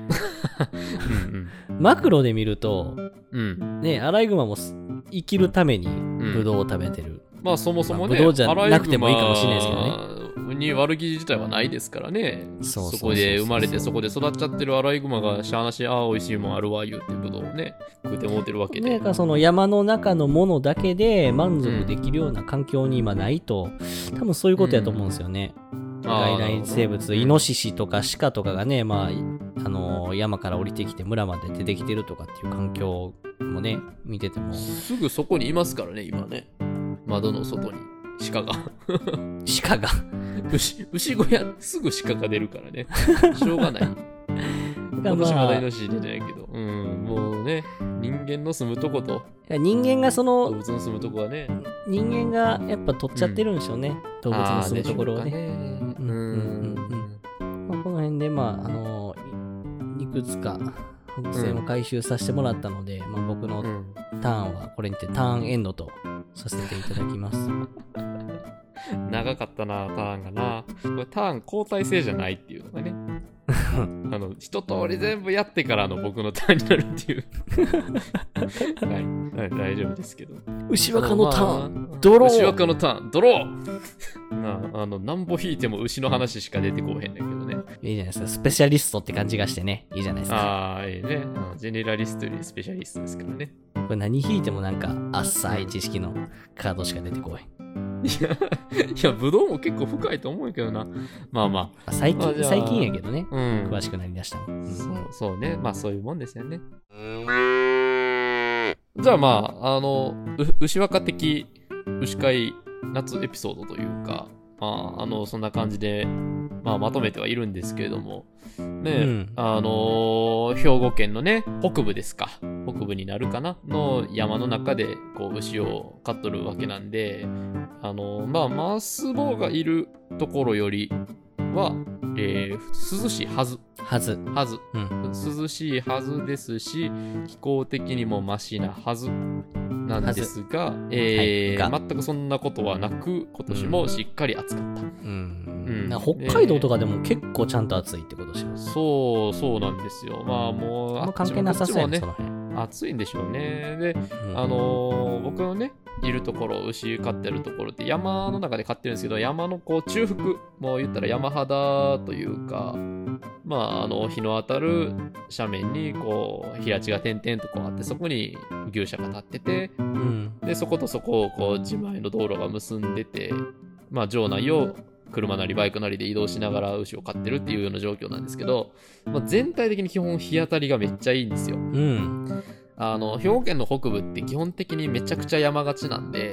マクロで見ると、アライグマも生きるためにブドウを食べてる。 そもそもね、 ブドウじゃなくてもいいかもしれないですけどね。 に悪気自体はないですからね。そこで生まれてそこで育っちゃってるアライグマがしゃーなし、美味しいもんあるわ言うてブドウをね、食うてもうてるわけで。 その山の中のものだけで満足できるような環境に今ないと、多分そういうことやと思うんですよね。外来生物、イノシシとかシカとかがね、山から降りてきて村まで出てきてるとかっていう環境もね、見てても。 すぐそこにいますからね、今ね。窓の外に鹿が。牛小屋、すぐ鹿が出るからね。しょうがない。今年まだイノシシ出てないけど。もうね、人間の住むとこと。 人間が動物の住むとこはね。 人間がやっぱ取っちゃってるんでしょうね。動物の住むところをね。この辺で、いくつか伏線を回収させてもらったので、僕のターンはこれにてターンエンドとさせていただきます。 長かったな、ターンがな。これターン交代制じゃないっていうのがね。一通り全部やってから僕のターンになるっていう。はい、大丈夫ですけど。 牛若のターン、ドロー。 牛若のターン、ドロー。なんぼ引いても牛の話しか出てこうへんだけどね。 いいじゃないですか。スペシャリストって感じがしてね。いいじゃないですか。 いいね。ジェネラリストよりスペシャリストですからね。 これ何引いてもなんか、浅い知識のカードしか出てこい。 いや、ブドウも結構深いと思うけどな。 最近やけどね。詳しくなりだしたの。 そうね。そういうもんですよね。じゃあ牛若的牛飼い夏エピソードというか、そんな感じで、まとめてはいるんですけれども、ね、兵庫県のね、北部ですか。北部になるかなの山の中で、牛を飼っとるわけなんで、マスボがいるところよりは、涼しいはず。涼しいはずですし、気候的にもマシなはずなんですが、全くそんなことはなく、今年もしっかり暑かった。 北海道とかでも結構ちゃんと暑いってことします。 そうなんですよ。もう、 関係なさそうやね、その辺。 暑いんでしょうね。で、僕のね、いるところ、牛飼ってるところって山の中で飼ってるんですけど、山の中腹、もう言ったら山肌というか、日の当たる斜面に平地が点々とあって、そこに牛舎が立ってて、で、そことそこを自前の道路が結んでて、城内を車なりバイクなりで移動しながら牛を飼ってるっていうような状況なんですけど、全体的に基本日当たりがめっちゃいいんですよ。兵庫県の北部って基本的にめちゃくちゃ山がちなんで、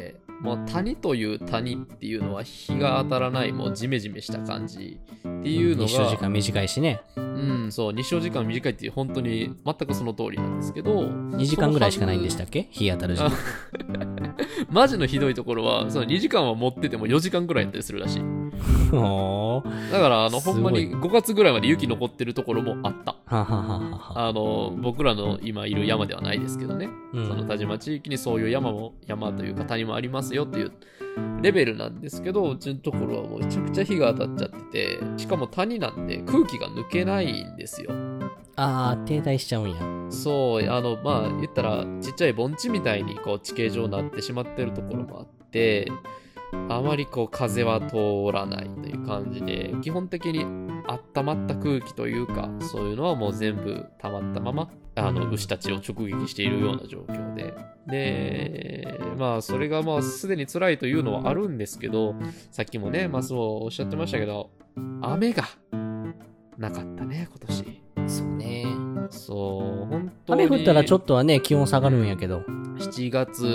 もう谷という谷っていうのは日が当たらないもうジメジメした感じっていうのが、 日照時間短いしね。 そう日照時間短いっていう本当に全くその通りなんですけど、 2時間ぐらいしかないんでしたっけ、日当たる時間。 マジのひどいところはその2時間は持ってても4時間ぐらいやったりするらしい。だからほんまに5月ぐらいまで雪残ってるところもあった。僕らの今いる山ではないですけどね、その田島地域にそういう山というか谷もありますよっていうレベルなんですけど、うちのところはもうめちゃくちゃ日が当たっちゃってて、しかも谷なんで空気が抜けないんですよ。 停滞しちゃうんや。 そう、まあ言ったらちっちゃい盆地みたいにこう地形上になってしまってるところもあって、あまりこう風は通らないという感じで、基本的に温まった空気というか、そういうのはもう全部溜まったまま牛たちを直撃しているような状況で、まあそれがまあすでに辛いというのはあるんですけど、さっきもねマスもおっしゃってましたけど、雨がなかったね今年。 そうね。 そう本当に雨降ったらちょっとはね気温下がるんやけど、 7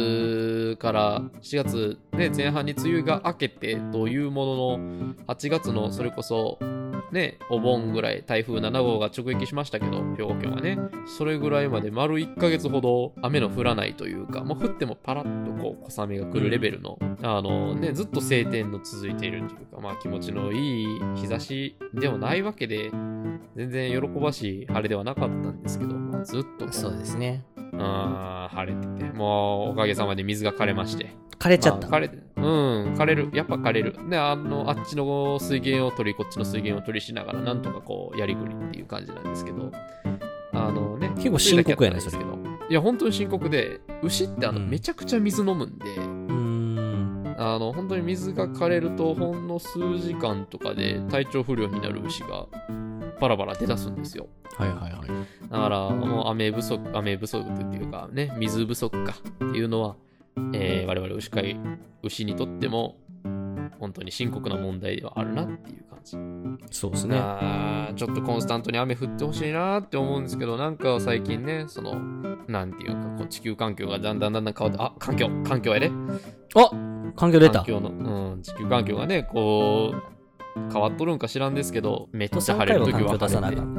月、ね、前半に梅雨が明けてというものの、8月のそれこそね、お盆ぐらい台風7号が直撃しましたけど、兵庫県はね、それぐらいまで丸1ヶ月ほど雨の降らないというか、もう降ってもパラッとこう小雨が来るレベルの、ずっと晴天の続いているというか、まあ気持ちのいい日差しではないわけで、全然喜ばしい晴れではなかったんですけど、まあ、ずっとそうですね。 晴れてて、もうおかげさまで水が枯れまして。 枯れちゃった。 枯れる。やっぱ枯れる。ね、あっちの水源を取り、こっちの水源を取りしながら、なんとかこう、やりくりっていう感じなんですけど、 結構深刻やね、それ。 いや、本当に深刻で、牛ってめちゃくちゃ水飲むんで、本当に水が枯れると、ほんの数時間とかで体調不良になる牛が、バラバラ出だすんですよ。 はいはいはい。 だから、もう雨不足っていうかね、水不足かっていうのは、我々牛にとっても本当に深刻な問題ではあるなっていう感じ。 そうですね。 ちょっとコンスタントに雨降ってほしいなって思うんですけど、なんか最近ね、そのなんていうかこう地球環境がだんだん変わって、環境やで。 環境出た。 地球環境がねこう変わっとるんか知らんですけど、めっちゃ晴れるときは晴れて。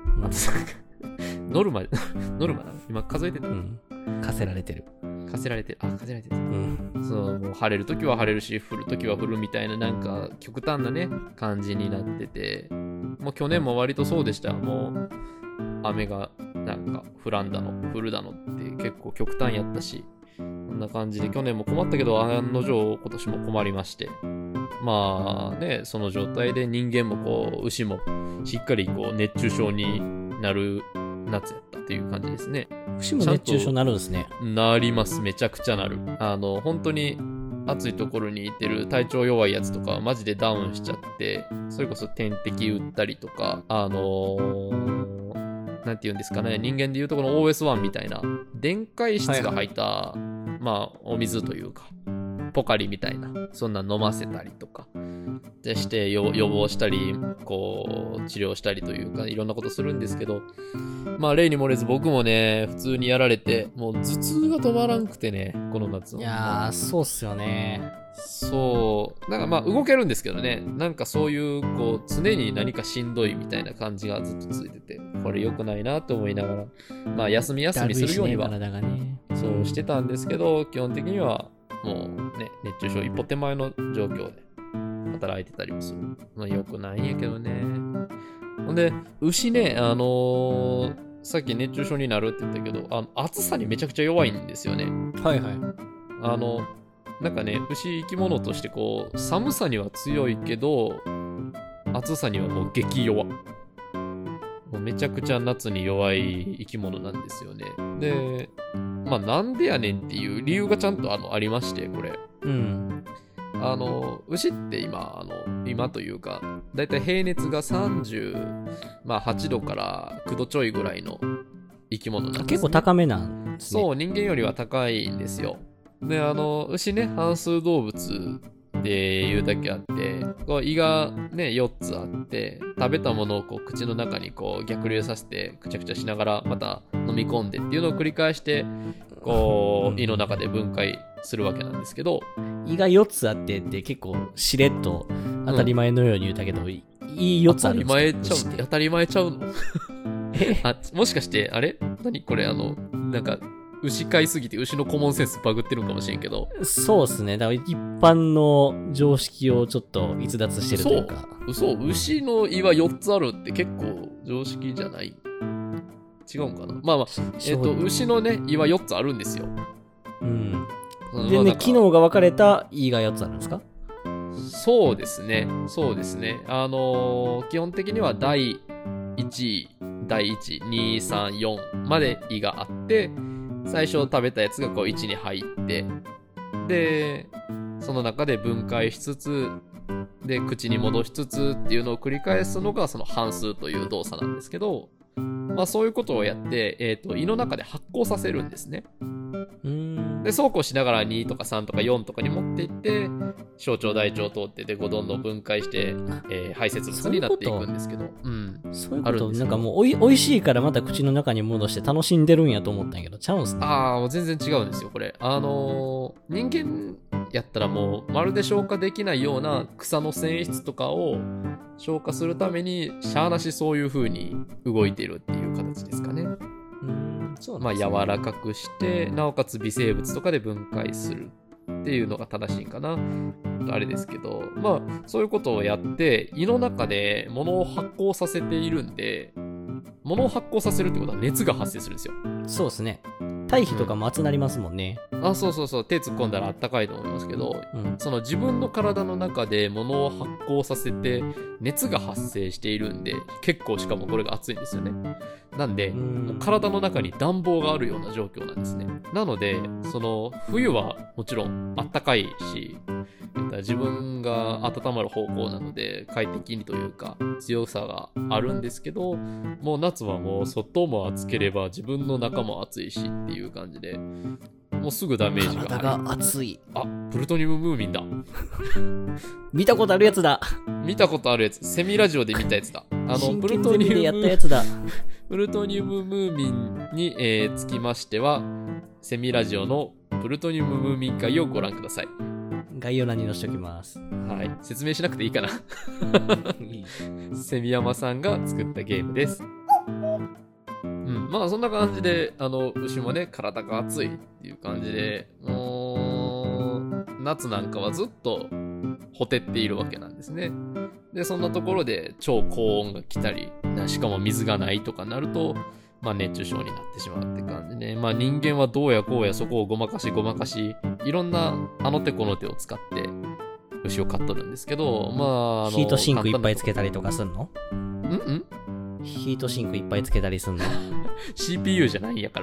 ノルマなの今数えてた。 課せられてる。 そう、もう晴れるときは晴れるし、降るときは降るみたいな、なんか極端なね、感じになってて、もう去年も割とそうでした。もう雨がなんか降るだのって結構極端やったし、こんな感じで去年も困ったけど、案の定今年も困りまして、まあね、その状態で人間もこう、牛もしっかりこう熱中症になる夏やったっていう感じですね。 牛も熱中症になるんですね。 なります。めちゃくちゃなる。本当に暑いところにいてる体調弱いやつとかマジでダウンしちゃって、それこそ点滴打ったりとか、なんて言うんですかね、人間でいうとこの OS1 みたいな電解質が入った、まあお水というかポカリみたいな、そんな飲ませたりとかでして予防したりこう治療したりというかいろんなことするんですけど、まあ例に漏れず僕もね普通にやられて、もう頭痛が止まらんくてね、この夏の。 いやーそうっすよね。 そうなんかまあ動けるんですけどね、なんかそういうこう常に何かしんどいみたいな感じがずっと続いてて、これ良くないなと思いながら、まあ休みするようには、そうしてたんですけど、基本的にはもうね熱中症一歩手前の状況で働いてたりもする。まあ良くないんやけどね。ほんで牛ね、さっき熱中症になるって言ったけど、暑さにめちゃくちゃ弱いんですよね。 はいはい。 なんかね、牛生き物としてこう寒さには強いけど暑さにはもう激弱。もうめちゃくちゃ夏に弱い生き物なんですよね。で、まあなんでやねんっていう理由がちゃんとありまして、これ。牛って今というか、だいたい平熱が38度から9度ちょいぐらいの生き物なんです、ね。 結構高めなんですね。 そう、人間よりは高いんですよ。で、牛ね、反数動物っていうだけあって、こう胃がね、4つあって、食べたものをこう口の中にこう逆流させて、くちゃくちゃしながらまた飲み込んでっていうのを繰り返して、こう胃の中で分解するわけなんですけど、 胃が4つあってって結構しれっと当たり前のように言ったけど、胃4つあるんですか？ 当たり前ちゃうのもしかしてあれ何これなんか牛飼いすぎて牛のコモンセンスバグってるんかもしれんけど。 そうですね。だから一般の常識をちょっと逸脱してるというか。 嘘、牛の胃は4つあるって結構常識じゃない？違うんかな。まあまあ、牛のね胃は4つあるんですよ。 うん。でね、機能が分かれた胃が4つあるんですか？ そうですね。基本的には第1位、第1、2、3、4まで胃があって、最初食べたやつがこう1に入って、で、その中で分解しつつ、で、口に戻しつつっていうのを繰り返すのがその反数という動作なんですけど、まあそういうことをやって、胃の中で発酵させるんですね。で、そうこうしながら2とか3とか4とかに持っていって、小腸大腸通ってでどんどん分解して、排泄物になっていくんですけど。 そういうこと、なんかもうおいしいからまた口の中に戻して楽しんでるんやと思ったんやけど、ちゃうんすね。 もう全然違うんですよ、これ。人間やったらもうまるで消化できないような草の繊維質とかを消化するためにしゃーなしそういう風に動いているっていう形ですかね。まあ柔らかくしてなおかつ微生物とかで分解するっていうのが正しいかなあれですけど、まあそういうことをやって胃の中で物を発酵させているんで、物を発酵させるってことは熱が発生するんですよ。 そうですね。体皮とかも熱なりますもんね。 そう手突っ込んだらあったかいと思いますけど、その自分の体の中で物を発酵させて熱が発生しているんで、結構しかもこれが熱いんですよね。なんでもう体の中に暖房があるような状況なんですね。なのでその冬はもちろんあったかいし、自分が温まる方向なので快適にというか強さがあるんですけど、もう夏はもう外も暑ければ自分の中も暑いしっていう感じで、もうすぐダメージが体が熱い。 プルトニウムムーミンだ。 見たことあるやつだ。 見たことあるやつ。セミラジオで見たやつだ。 プルトニウムでやったやつだ。 プルトニウムムーミンに、つきましては、セミラジオのプルトニウムムーミン会をご覧ください。 概要欄に載せておきます。 はい。説明しなくていいかな。セミヤマさんが作ったゲームです。まあそんな感じで、牛もね、体が熱いっていう感じで、夏なんかはずっとほてっているわけなんですね。で、そんなところで超高温が来たり、しかも水がないとかなると、まあ熱中症になってしまうって感じね。まあ人間はどうやこうやそこをごまかし、いろんなあの手この手を使って牛を飼っとるんですけど、まあヒートシンクいっぱいつけたりとかすんの？ヒートシンクいっぱいつけたりすんの？ CPU じゃないんやから。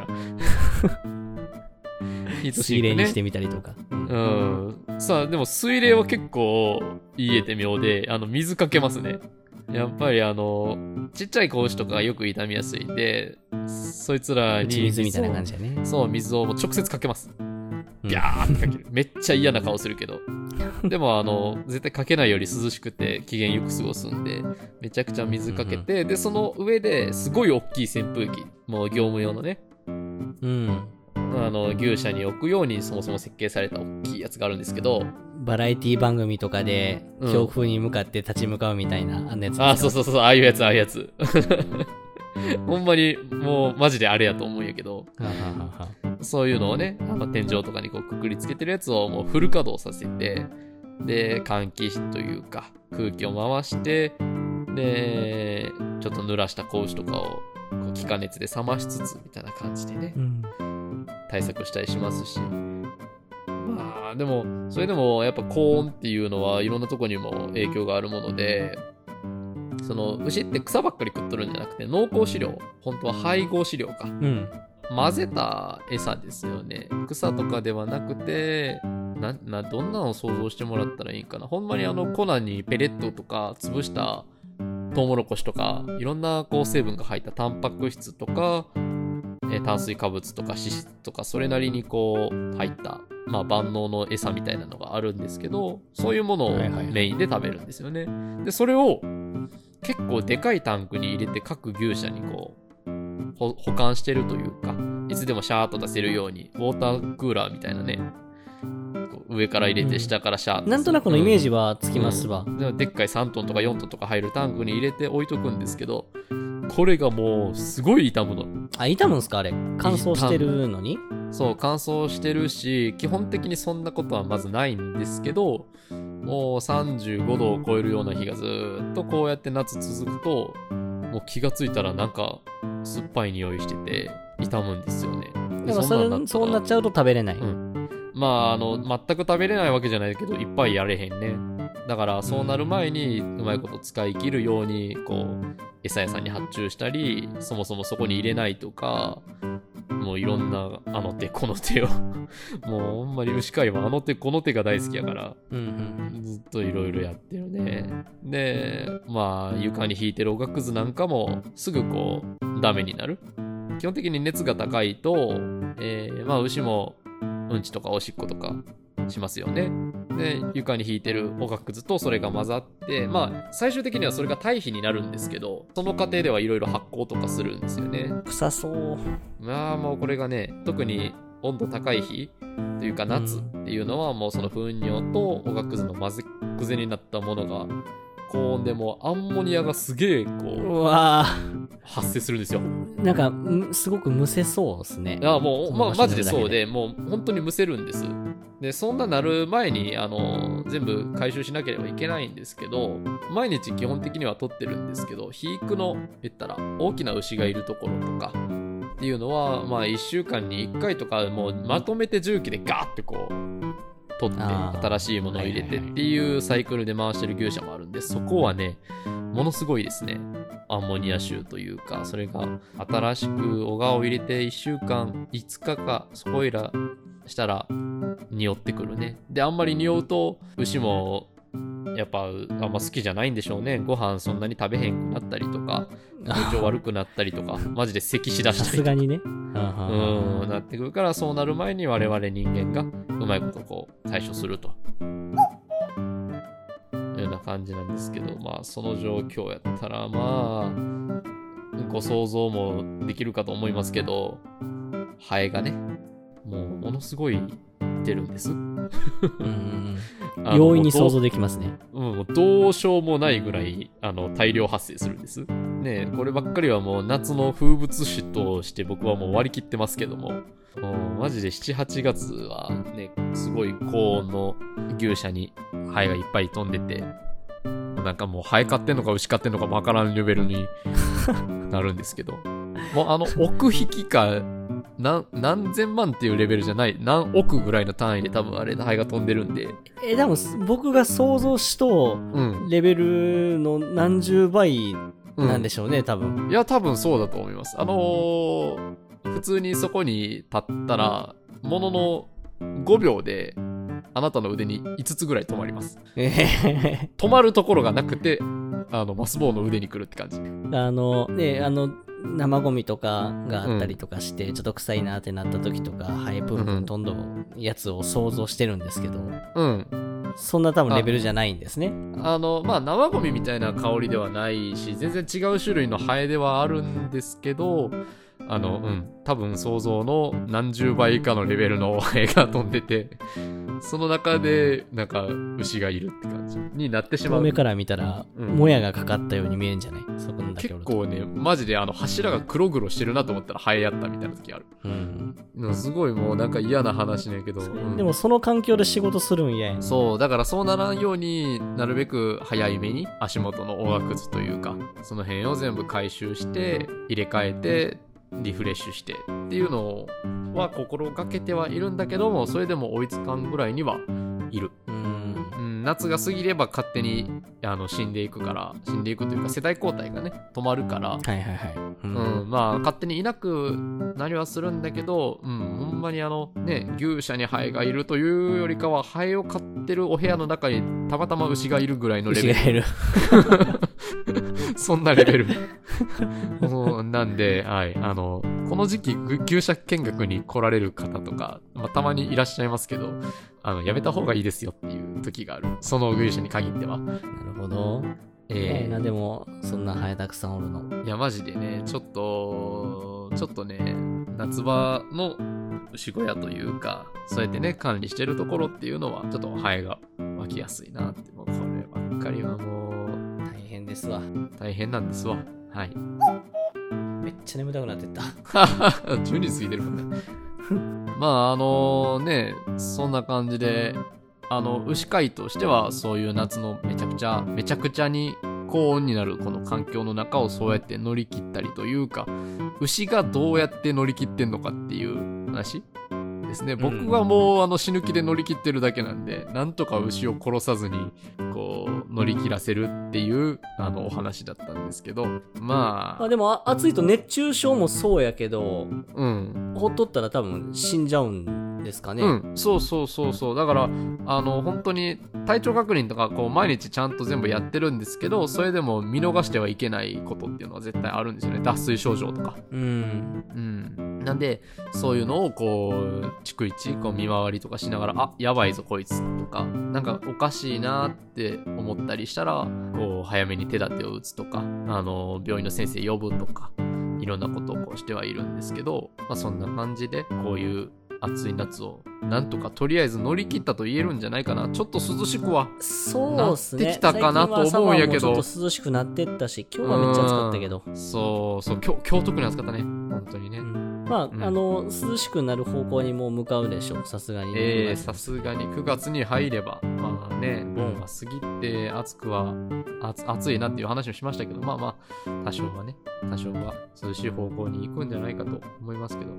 ヒートシンクね。 水冷にしてみたりとか。 さあ、でも水冷は結構言えて妙で、水かけますね。やっぱりちっちゃい子牛とかがよく傷みやすいんで、そいつらに水みたいな感じだね。 そう、水をもう直接かけます。ビャーってかける。めっちゃ嫌な顔するけど。でも絶対かけないより涼しくて機嫌よく過ごすんで、めちゃくちゃ水かけて、で、その上ですごい大きい扇風機、もう業務用のね。牛舎に置くようにそもそも設計された大きいやつがあるんですけど、 バラエティ番組とかで強風に向かって立ち向かうみたいな、あんなやつ。 そう、ああいうやつ。ほんまにもうマジであれやと思うんやけど、そういうのをね、天井とかにこうくくりつけてるやつをもうフル稼働させて、で、換気というか空気を回して、で、ちょっと濡らした子牛とかをこう気化熱で冷ましつつみたいな感じでね、対策したりしますし、まあでもそれでもやっぱ高温っていうのはいろんなとこにも影響があるもので、その牛って草ばっかり食っとるんじゃなくて濃厚飼料、本当は配合飼料か、混ぜた餌ですよね。草とかではなくて、どんなのを想像してもらったらいいかな。ほんまに粉にペレットとか潰したトウモロコシとかいろんなこう成分が入ったタンパク質とか炭水化物とか脂質とかそれなりにこう入ったまあ万能の餌みたいなのがあるんですけど、そういうものをメインで食べるんですよね。でそれを結構でかいタンクに入れて各牛舎にこう保管してるというか、いつでもシャーッと出せるようにウォータークーラーみたいなね上から入れて下からシャーって、 なんとなくのイメージはつきますわ、 でっかい3トンとか4トンとか入るタンクに入れて置いとくんですけど、これがもうすごい傷むの。 傷むんすかあれ、乾燥してるのに。 そう、乾燥してるし、基本的にそんなことはまずないんですけど、もう35度を超えるような日がずっとこうやって夏続くと、もう気がついたらなんか酸っぱい匂いしてて傷むんですよね。 でもそうなっちゃうと食べれない、 まあ全く食べれないわけじゃないけどいっぱいやれへんね。だからそうなる前にうまいこと使い切るようにこう餌屋さんに発注したり、そもそもそこに入れないとか、もういろんなあの手この手をもうほんまに牛飼いはあの手この手が大好きやから、ずっといろいろやってるね。でまあ床に引いてるおがくずなんかもすぐこうダメになる。基本的に熱が高いと、まあ牛もうんちとかおしっことかしますよね。で床に引いてるおがくずとそれが混ざって、まあ最終的にはそれが堆肥になるんですけど、その過程ではいろいろ発酵とかするんですよね。 臭そう。 まあもうこれがね、特に温度高い日というか夏っていうのはもうその糞尿とおがくずの混ぜくぜになったものが高温でもアンモニアがすげえこう発生するんですよ。 なんかすごくむせそうですね。 もうマジでそうで、もう本当にむせるんです。でそんななる前に全部回収しなければいけないんですけど、毎日基本的には取ってるんですけど、肥育の言ったら大きな牛がいるところとかっていうのはまあ1週間に1回とかもうまとめて重機でガーってこう取って新しいものを入れてっていうサイクルで回してる牛舎もあるんで、そこはねものすごいですね。アンモニア臭というか、それが新しく小川を入れて1週間5日かそこいらしたら匂ってくるね。であんまり匂うと牛もやっぱあんま好きじゃないんでしょうね。ご飯そんなに食べへんくなったりとか体調悪くなったりとかマジで咳しだしたりとか、さすがにねなってくるから、そうなる前に我々人間がうまいことこう対処するというような感じなんですけど、まあその状況やったらまあご想像もできるかと思いますけど、ハエがねもうものすごい出るんです容易に想像できますね。 もうどうしようもないぐらい大量発生するんですね。こればっかりはもう夏の風物詩として僕はもう割り切ってますけども、マジで 7,8 月はねすごい高温の牛舎にハエがいっぱい飛んでて、なんかもうハエ飼ってんのか牛飼ってんのかわからんレベルになるんですけど、もう億匹か何千万っていうレベルじゃない、何億ぐらいの単位で多分あれハエが飛んでるんで、 でも僕が想像しとレベルの何十倍なんでしょうね、多分。 いや多分そうだと思います。普通にそこに立ったらものの5秒であなたの腕に5つぐらい止まります。止まるところがなくてマスボウの腕に来るって感じ。 生ゴミとかがあったりとかして、ちょっと臭いなってなった時とかハエプンプン飛んどやつを想像してるんですけど、そんな多分レベルじゃないんですね。 まあ生ゴミみたいな香りではないし、全然違う種類のハエではあるんですけど、多分想像の何十倍以下のレベルのハエが飛んでて、その中でなんか牛がいるって感じになってしまう。 遠目から見たら、もやがかかったように見えるんじゃない？そこだけ結構ねマジで柱が黒々してるなと思ったらハエやったみたいな時ある。すごいもうなんか嫌な話ねんけど、 でもその環境で仕事するんや。 そうだからそうならんようになるべく早い目に足元のおがくずというかその辺を全部回収して入れ替えてリフレッシュしてっていうのは心がけてはいるんだけども、それでも追いつかんぐらいにはいる。夏が過ぎれば勝手に死んでいくというか世代交代がね止まるから、まあ勝手にいなくなりはするんだけど、ほんまに牛舎にハエがいるというよりかはハエを飼ってるお部屋の中にたまたま牛がいるぐらいのレベル。牛がいるそんなレベルなんで、この時期牛舎見学に来られる方とか、たまにいらっしゃいますけど、やめた方がいいですよっていう時がある。その牛舎に限っては。 なるほど。でもそんなハエたくさんおるの。 いやマジでね、ちょっとね夏場の牛小屋というか、そうやってね、管理してるところっていうのは、ちょっとハエが湧きやすいなって、もうこればっかりはもう、 大変ですわ。 大変なんですわ。はい。 めっちゃ眠たくなってった。 12時過ぎてるもんね。まあね、そんな感じで、牛飼いとしてはそういう夏のめちゃくちゃに高温になるこの環境の中をそうやって乗り切ったりというか、牛がどうやって乗り切ってんのかっていう話ですね。僕はもう死ぬ気で乗り切ってるだけなんで、なんとか牛を殺さずにこう乗り切らせるっていうお話だったんですけど、まあでも暑いと熱中症もそうやけど、ほっとったら多分死んじゃうんですかね。 そうだから本当に体調確認とかこう毎日ちゃんと全部やってるんですけど、それでも見逃してはいけないことっていうのは絶対あるんですよね。脱水症状とか。なんでそういうのをこう逐一こう見回りとかしながら、あ、やばいぞこいつとか、なんかおかしいなって思ったりしたら、こう早めに手立てを打つとか、病院の先生呼ぶとか、いろんなことをこうしてはいるんですけど、そんな感じでこういう暑い夏をなんとかとりあえず乗り切ったと言えるんじゃないかな。ちょっと涼しくはなってきたかなと思うんやけど、 ちょっと涼しくなってったし、今日はめっちゃ暑かったけど、 そう今日特に暑かったね、本当にね。 涼しくなる方向にもう向かうでしょう、さすがに。 さすがに9月に入れば、まあね、盆は過ぎて暑いなっていう話をしましたけど、多少は涼しい方向に行くんじゃないかと思いますけど、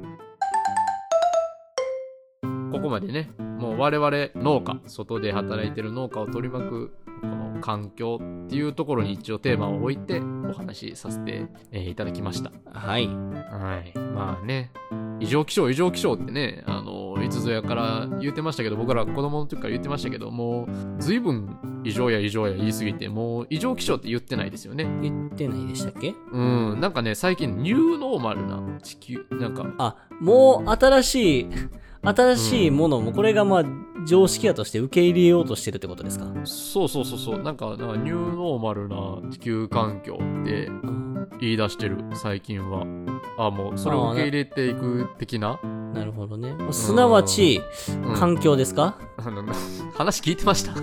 ここまでね、もう我々農家、外で働いてる農家を取り巻くこの環境っていうところに一応テーマを置いてお話しさせて、いただきました。 はい。 まあね、異常気象ってね、いつぞやから言ってましたけど、僕ら子供の時から言ってましたけど、もう随分異常や言い過ぎて、もう異常気象って言ってないですよね。 言ってないでしたっけ？ なんかね、最近ニューノーマルな地球、なんか。 もう新しいものもこれが常識やとして受け入れようとしてるってことですか？ そうなんかニューノーマルな地球環境って言い出してる最近は。もうそれを受け入れていく的な。 なるほどね。すなわち環境ですか？ 話聞いてました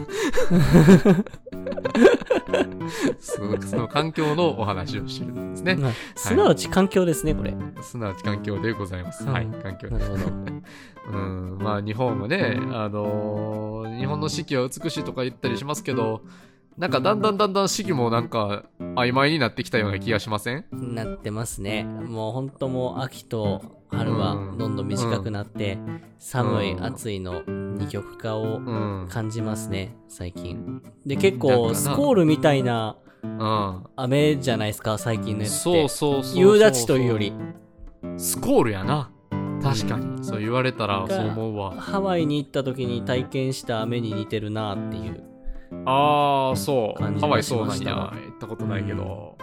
その環境のお話をしてるんですね。 すなわち環境ですね、これ。 すなわち環境でございます。はい、環境。 なるほど。日本もね、日本の四季は美しいとか言ったりしますけど、なんかだんだん四季もなんか曖昧になってきたような気がしません？ なってますね。もう本当もう秋と春はどんどん短くなって、寒い暑いの二極化を感じますね、最近。で結構スコールみたいな雨じゃないですか、最近のやつって。 そう夕立というよりスコールやな。確かにそう言われたらそう思うわ。 ハワイに行った時に体験した雨に似てるなっていう。 そうハワイそうなんや。行ったことないけど、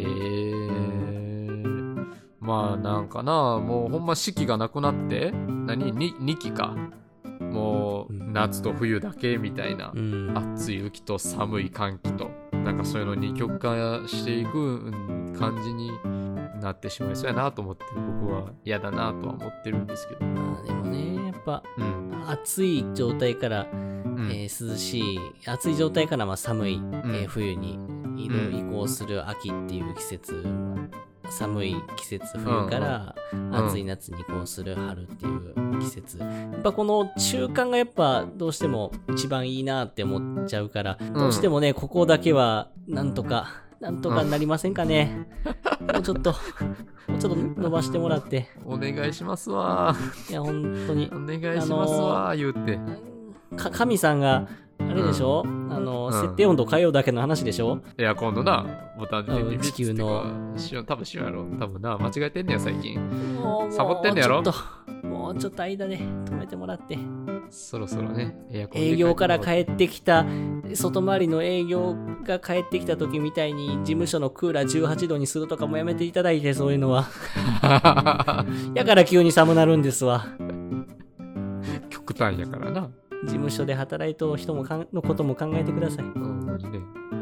まあなんかな、もうほんま四季がなくなって、2期か、もう夏と冬だけみたいな、暑い雪と寒い寒気と、なんかそういうのに極化していく感じになってしまいそうやなと思って、僕は嫌だなとは思ってるんですけど。 でもね、やっぱ、暑い状態から、涼しい、暑い状態から寒い、冬に移行する秋っていう季節、寒い季節冬から暑い夏に移行する春っていう季節、やっぱこの中間がやっぱどうしても一番いいなって思っちゃうから、どうしてもねここだけはなんとかなりませんかね。もうちょっと伸ばしてもらってお願いしますわ。 いや本当にお願いしますわ言うて、 神さんがあれでしょ、設定温度変えようだけの話でしょ。 いや今度なボタン地球の多分しようやろ、多分な間違えてんねや最近。サボってんねやろ。 もうちょっと間で止めてもらって、 そろそろね営業から帰ってきた外回りの営業が帰ってきた時みたいに事務所のクーラー18度にするとかもやめていただいて、そういうのはやから急に寒なるんですわ。 極端やからな。 事務所で働いとる人のことも考えてください。 ほんまにね。ほん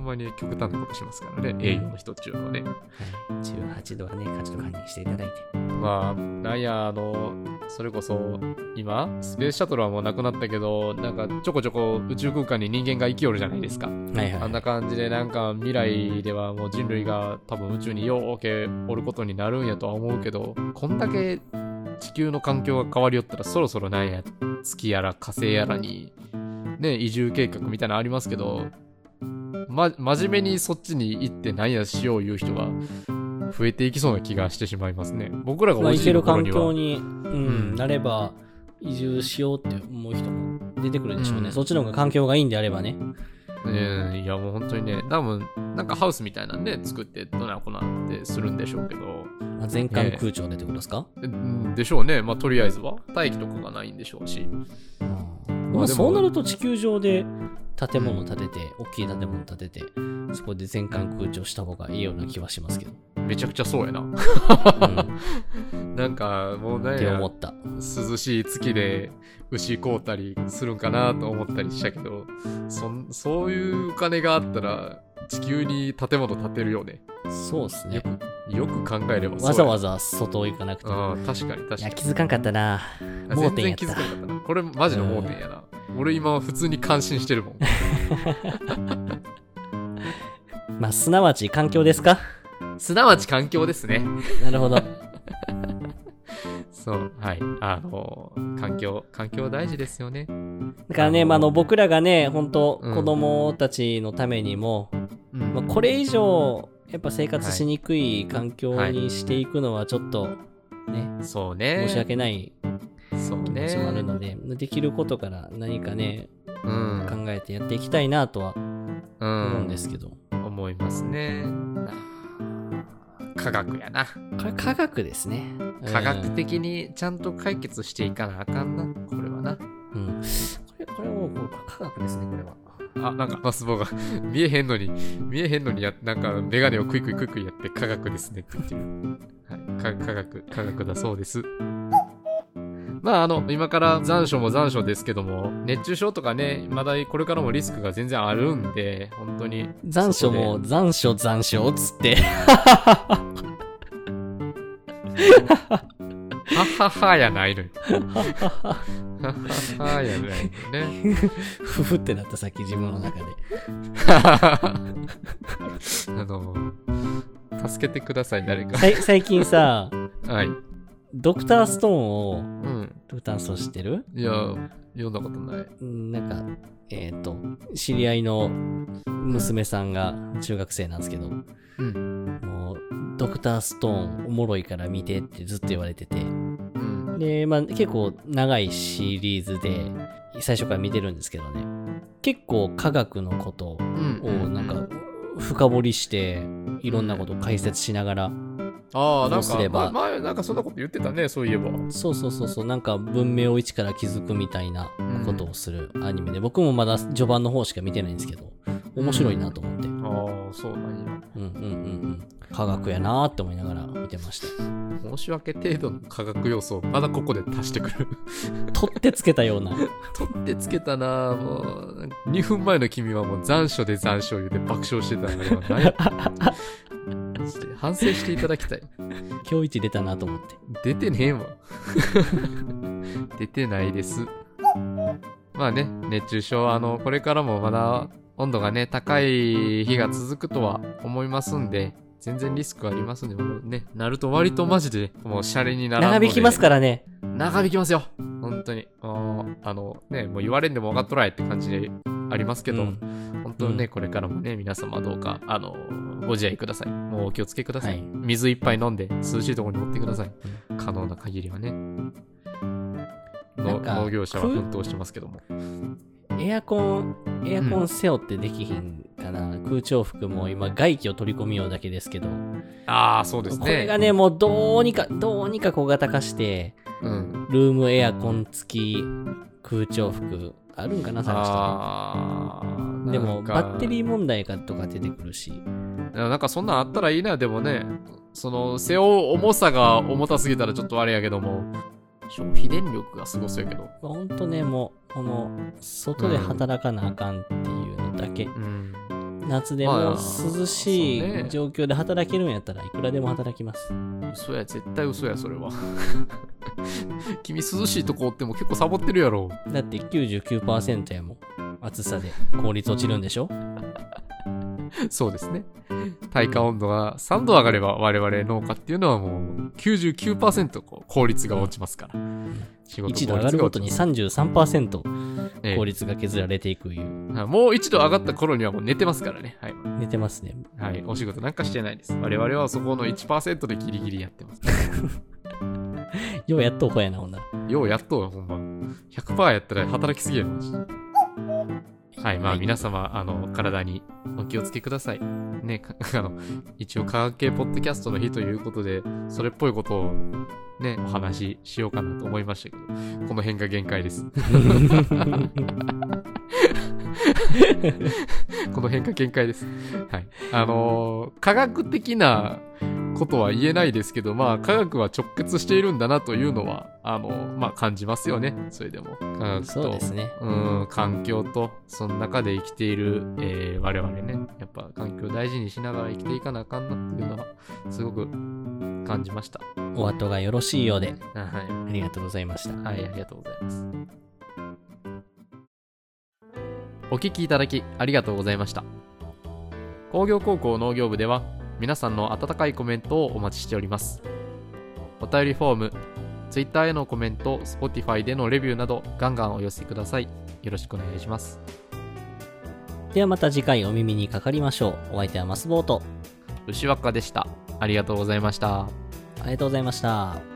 まに極端なことしますからね、営業の人っていうのはね。 18度はね、活動管理していただいて。 まあ、なんや、それこそ、今、スペースシャトルはもうなくなったけど、なんかちょこちょこ宇宙空間に人間が生きよるじゃないですか。 はいはい。 あんな感じで、なんか未来ではもう人類が多分宇宙にようけおることになるんやとは思うけど、こんだけ地球の環境が変わりよったらそろそろなんや、月やら火星やらに、ね、移住計画みたいなのありますけど、真面目にそっちに行ってなんやしよう言う人が増えていきそうな気がしてしまいますね。僕らがおじいの頃には、まあ、行ける環境に、なれば移住しようって思う人も出てくるでしょうね。そっちの方が環境がいいんであればね。 いやもう本当にね、多分なんかハウスみたいなね作ってどなこなってするんでしょうけど、 まあ、全館空調でってことですか？ でしょうね。まあとりあえずは大気とかがないんでしょうし。 まあ、そうなると地球上で建物建てて、大きい建物建てて、そこで全館空調した方がいいような気はしますけど。 めちゃくちゃそうやな。なんかもうね、 って思った。 涼しい月で牛買うたりするんかなと思ったりしたけど、そういうお金があったら地球に建物建てるよね。 そうですね。 よく考えればそう。わざわざ外行かなくて。 確かに。いや、 気づかんかったな。 全然気づかんかったな。これマジの盲点やな。俺今普通に感心してるもん。 まあ、すなわち環境ですか？ すなわち環境ですね。 なるほど。 そう、はい。環境大事ですよね。 だからね、僕らがね、本当子供たちのためにも、これ以上、やっぱ生活しにくい環境にしていくのはちょっと、ね、 そうね。 申し訳ないそうね。 気持ちもあるので、できることから何かね、考えてやっていきたいなとは思うんですけど。 思いますね。科学やな。 これ科学ですね。 科学的にちゃんと解決していかなあかんな。これはな。 これも科学ですね、これは。 なんかマスボが見えへんのになんかメガネをクイクイやって科学ですねって言ってる。はい、科学だそうです。まあ今から残暑も残暑ですけども、熱中症とかね、まだこれからもリスクが全然あるんで、本当に。 残暑も残暑っつって。 はははやないのよ。はははやないのね。 ふふってなったさっき自分の中で。 助けてください、誰か。 最近さ、 はい。 ドクターストーンを、ドクターストーン知ってる？ いや、読んだことない。 なんか、知り合いの娘さんが中学生なんですけど、もう、ドクターストーンおもろいから見てってずっと言われてて、で、まあ結構長いシリーズで、最初から見てるんですけどね、結構科学のことをなんか深掘りして、いろんなことを解説しながら、 なんか前なんかそんなこと言ってたね、そういえば。 そうなんか文明を一から築くみたいなことをするアニメで、僕もまだ序盤の方しか見てないんですけど、面白いなと思って。 そうなんや。 科学やなーって思いながら見てました。 申し訳程度の科学要素をまだここで足してくる。 取ってつけたような。 取ってつけたな。もう2分前の君はもう残暑で残暑言うて爆笑してたのが反省していただきたい。 今日一出たなと思って。 出てねえわ。出てないです。まあね、熱中症これからもまだ温度がね高い日が続くとは思いますんで、全然リスクありますんで、もうね、なると割とマジでもうシャレにならんので。 長引きますからね。 長引きますよ。本当に。ね、もう言われんでも分かっとらえって感じでありますけど、本当にね、これからもね、皆様どうか、ご自愛ください。もうお気をつけください。水いっぱい飲んで、涼しいところに持ってください。可能な限りはね。農業者は奮闘してますけども。 エアコン背負ってできひんかな。空調服も今外気を取り込みようだけですけど。 そうですね。 これがね、もうどうにか小型化して、ルームエアコン付き空調服あるんかな、探して。でもバッテリー問題とか出てくるし。 なんかそんなんあったらいいな。でもね、背負う重さが重たすぎたらちょっとあれやけども、消費電力がすごそうやけど。 ほんとね、もう、外で働かなあかんっていうのだけ。 夏でも涼しい状況で働けるんやったらいくらでも働きます。 嘘や、絶対嘘や、それは。君涼しいとこおっても結構サボってるやろ。 だって 99% やもん。暑さで効率落ちるんでしょ。 そうですね。体感温度が3度上がれば我々農家っていうのはもう 99% 効率が落ちますから。 1度上がるごとに 33% 効率が削られていくいう、 もう1度上がった頃にはもう寝てますからね。はい、 寝てますね。 はい、お仕事なんかしてないです。我々はそこの 1% でギリギリやってます。 ようやっとうほやな、ほんなら。 ようやっとうほんま。100% やったら働きすぎやろ。はい、まあ皆様、体にお気をつけください。ね、一応科学系ポッドキャストの日ということで、それっぽいことをね、お話ししようかなと思いましたけど、この辺が限界です。この辺が限界です。はい。科学的なことは言えないですけど、まあ科学は直結しているんだなというのはまあ感じますよね。それでも科学とそうですね。 環境とその中で生きている、我々ね、やっぱ環境を大事にしながら生きていかなあかんなっていうのはすごく感じました。 お後がよろしいようで、 はい、 ありがとうございました。 はい、ありがとうございます。お聞きいただきありがとうございました。工業高校農業部では皆さんの温かいコメントをお待ちしております。お便りフォーム、Twitter へのコメント、Spotify でのレビューなどガンガンお寄せください。よろしくお願いします。 ではまた次回お耳にかかりましょう。お相手はマスボート、 牛若でした。ありがとうございました。 ありがとうございました。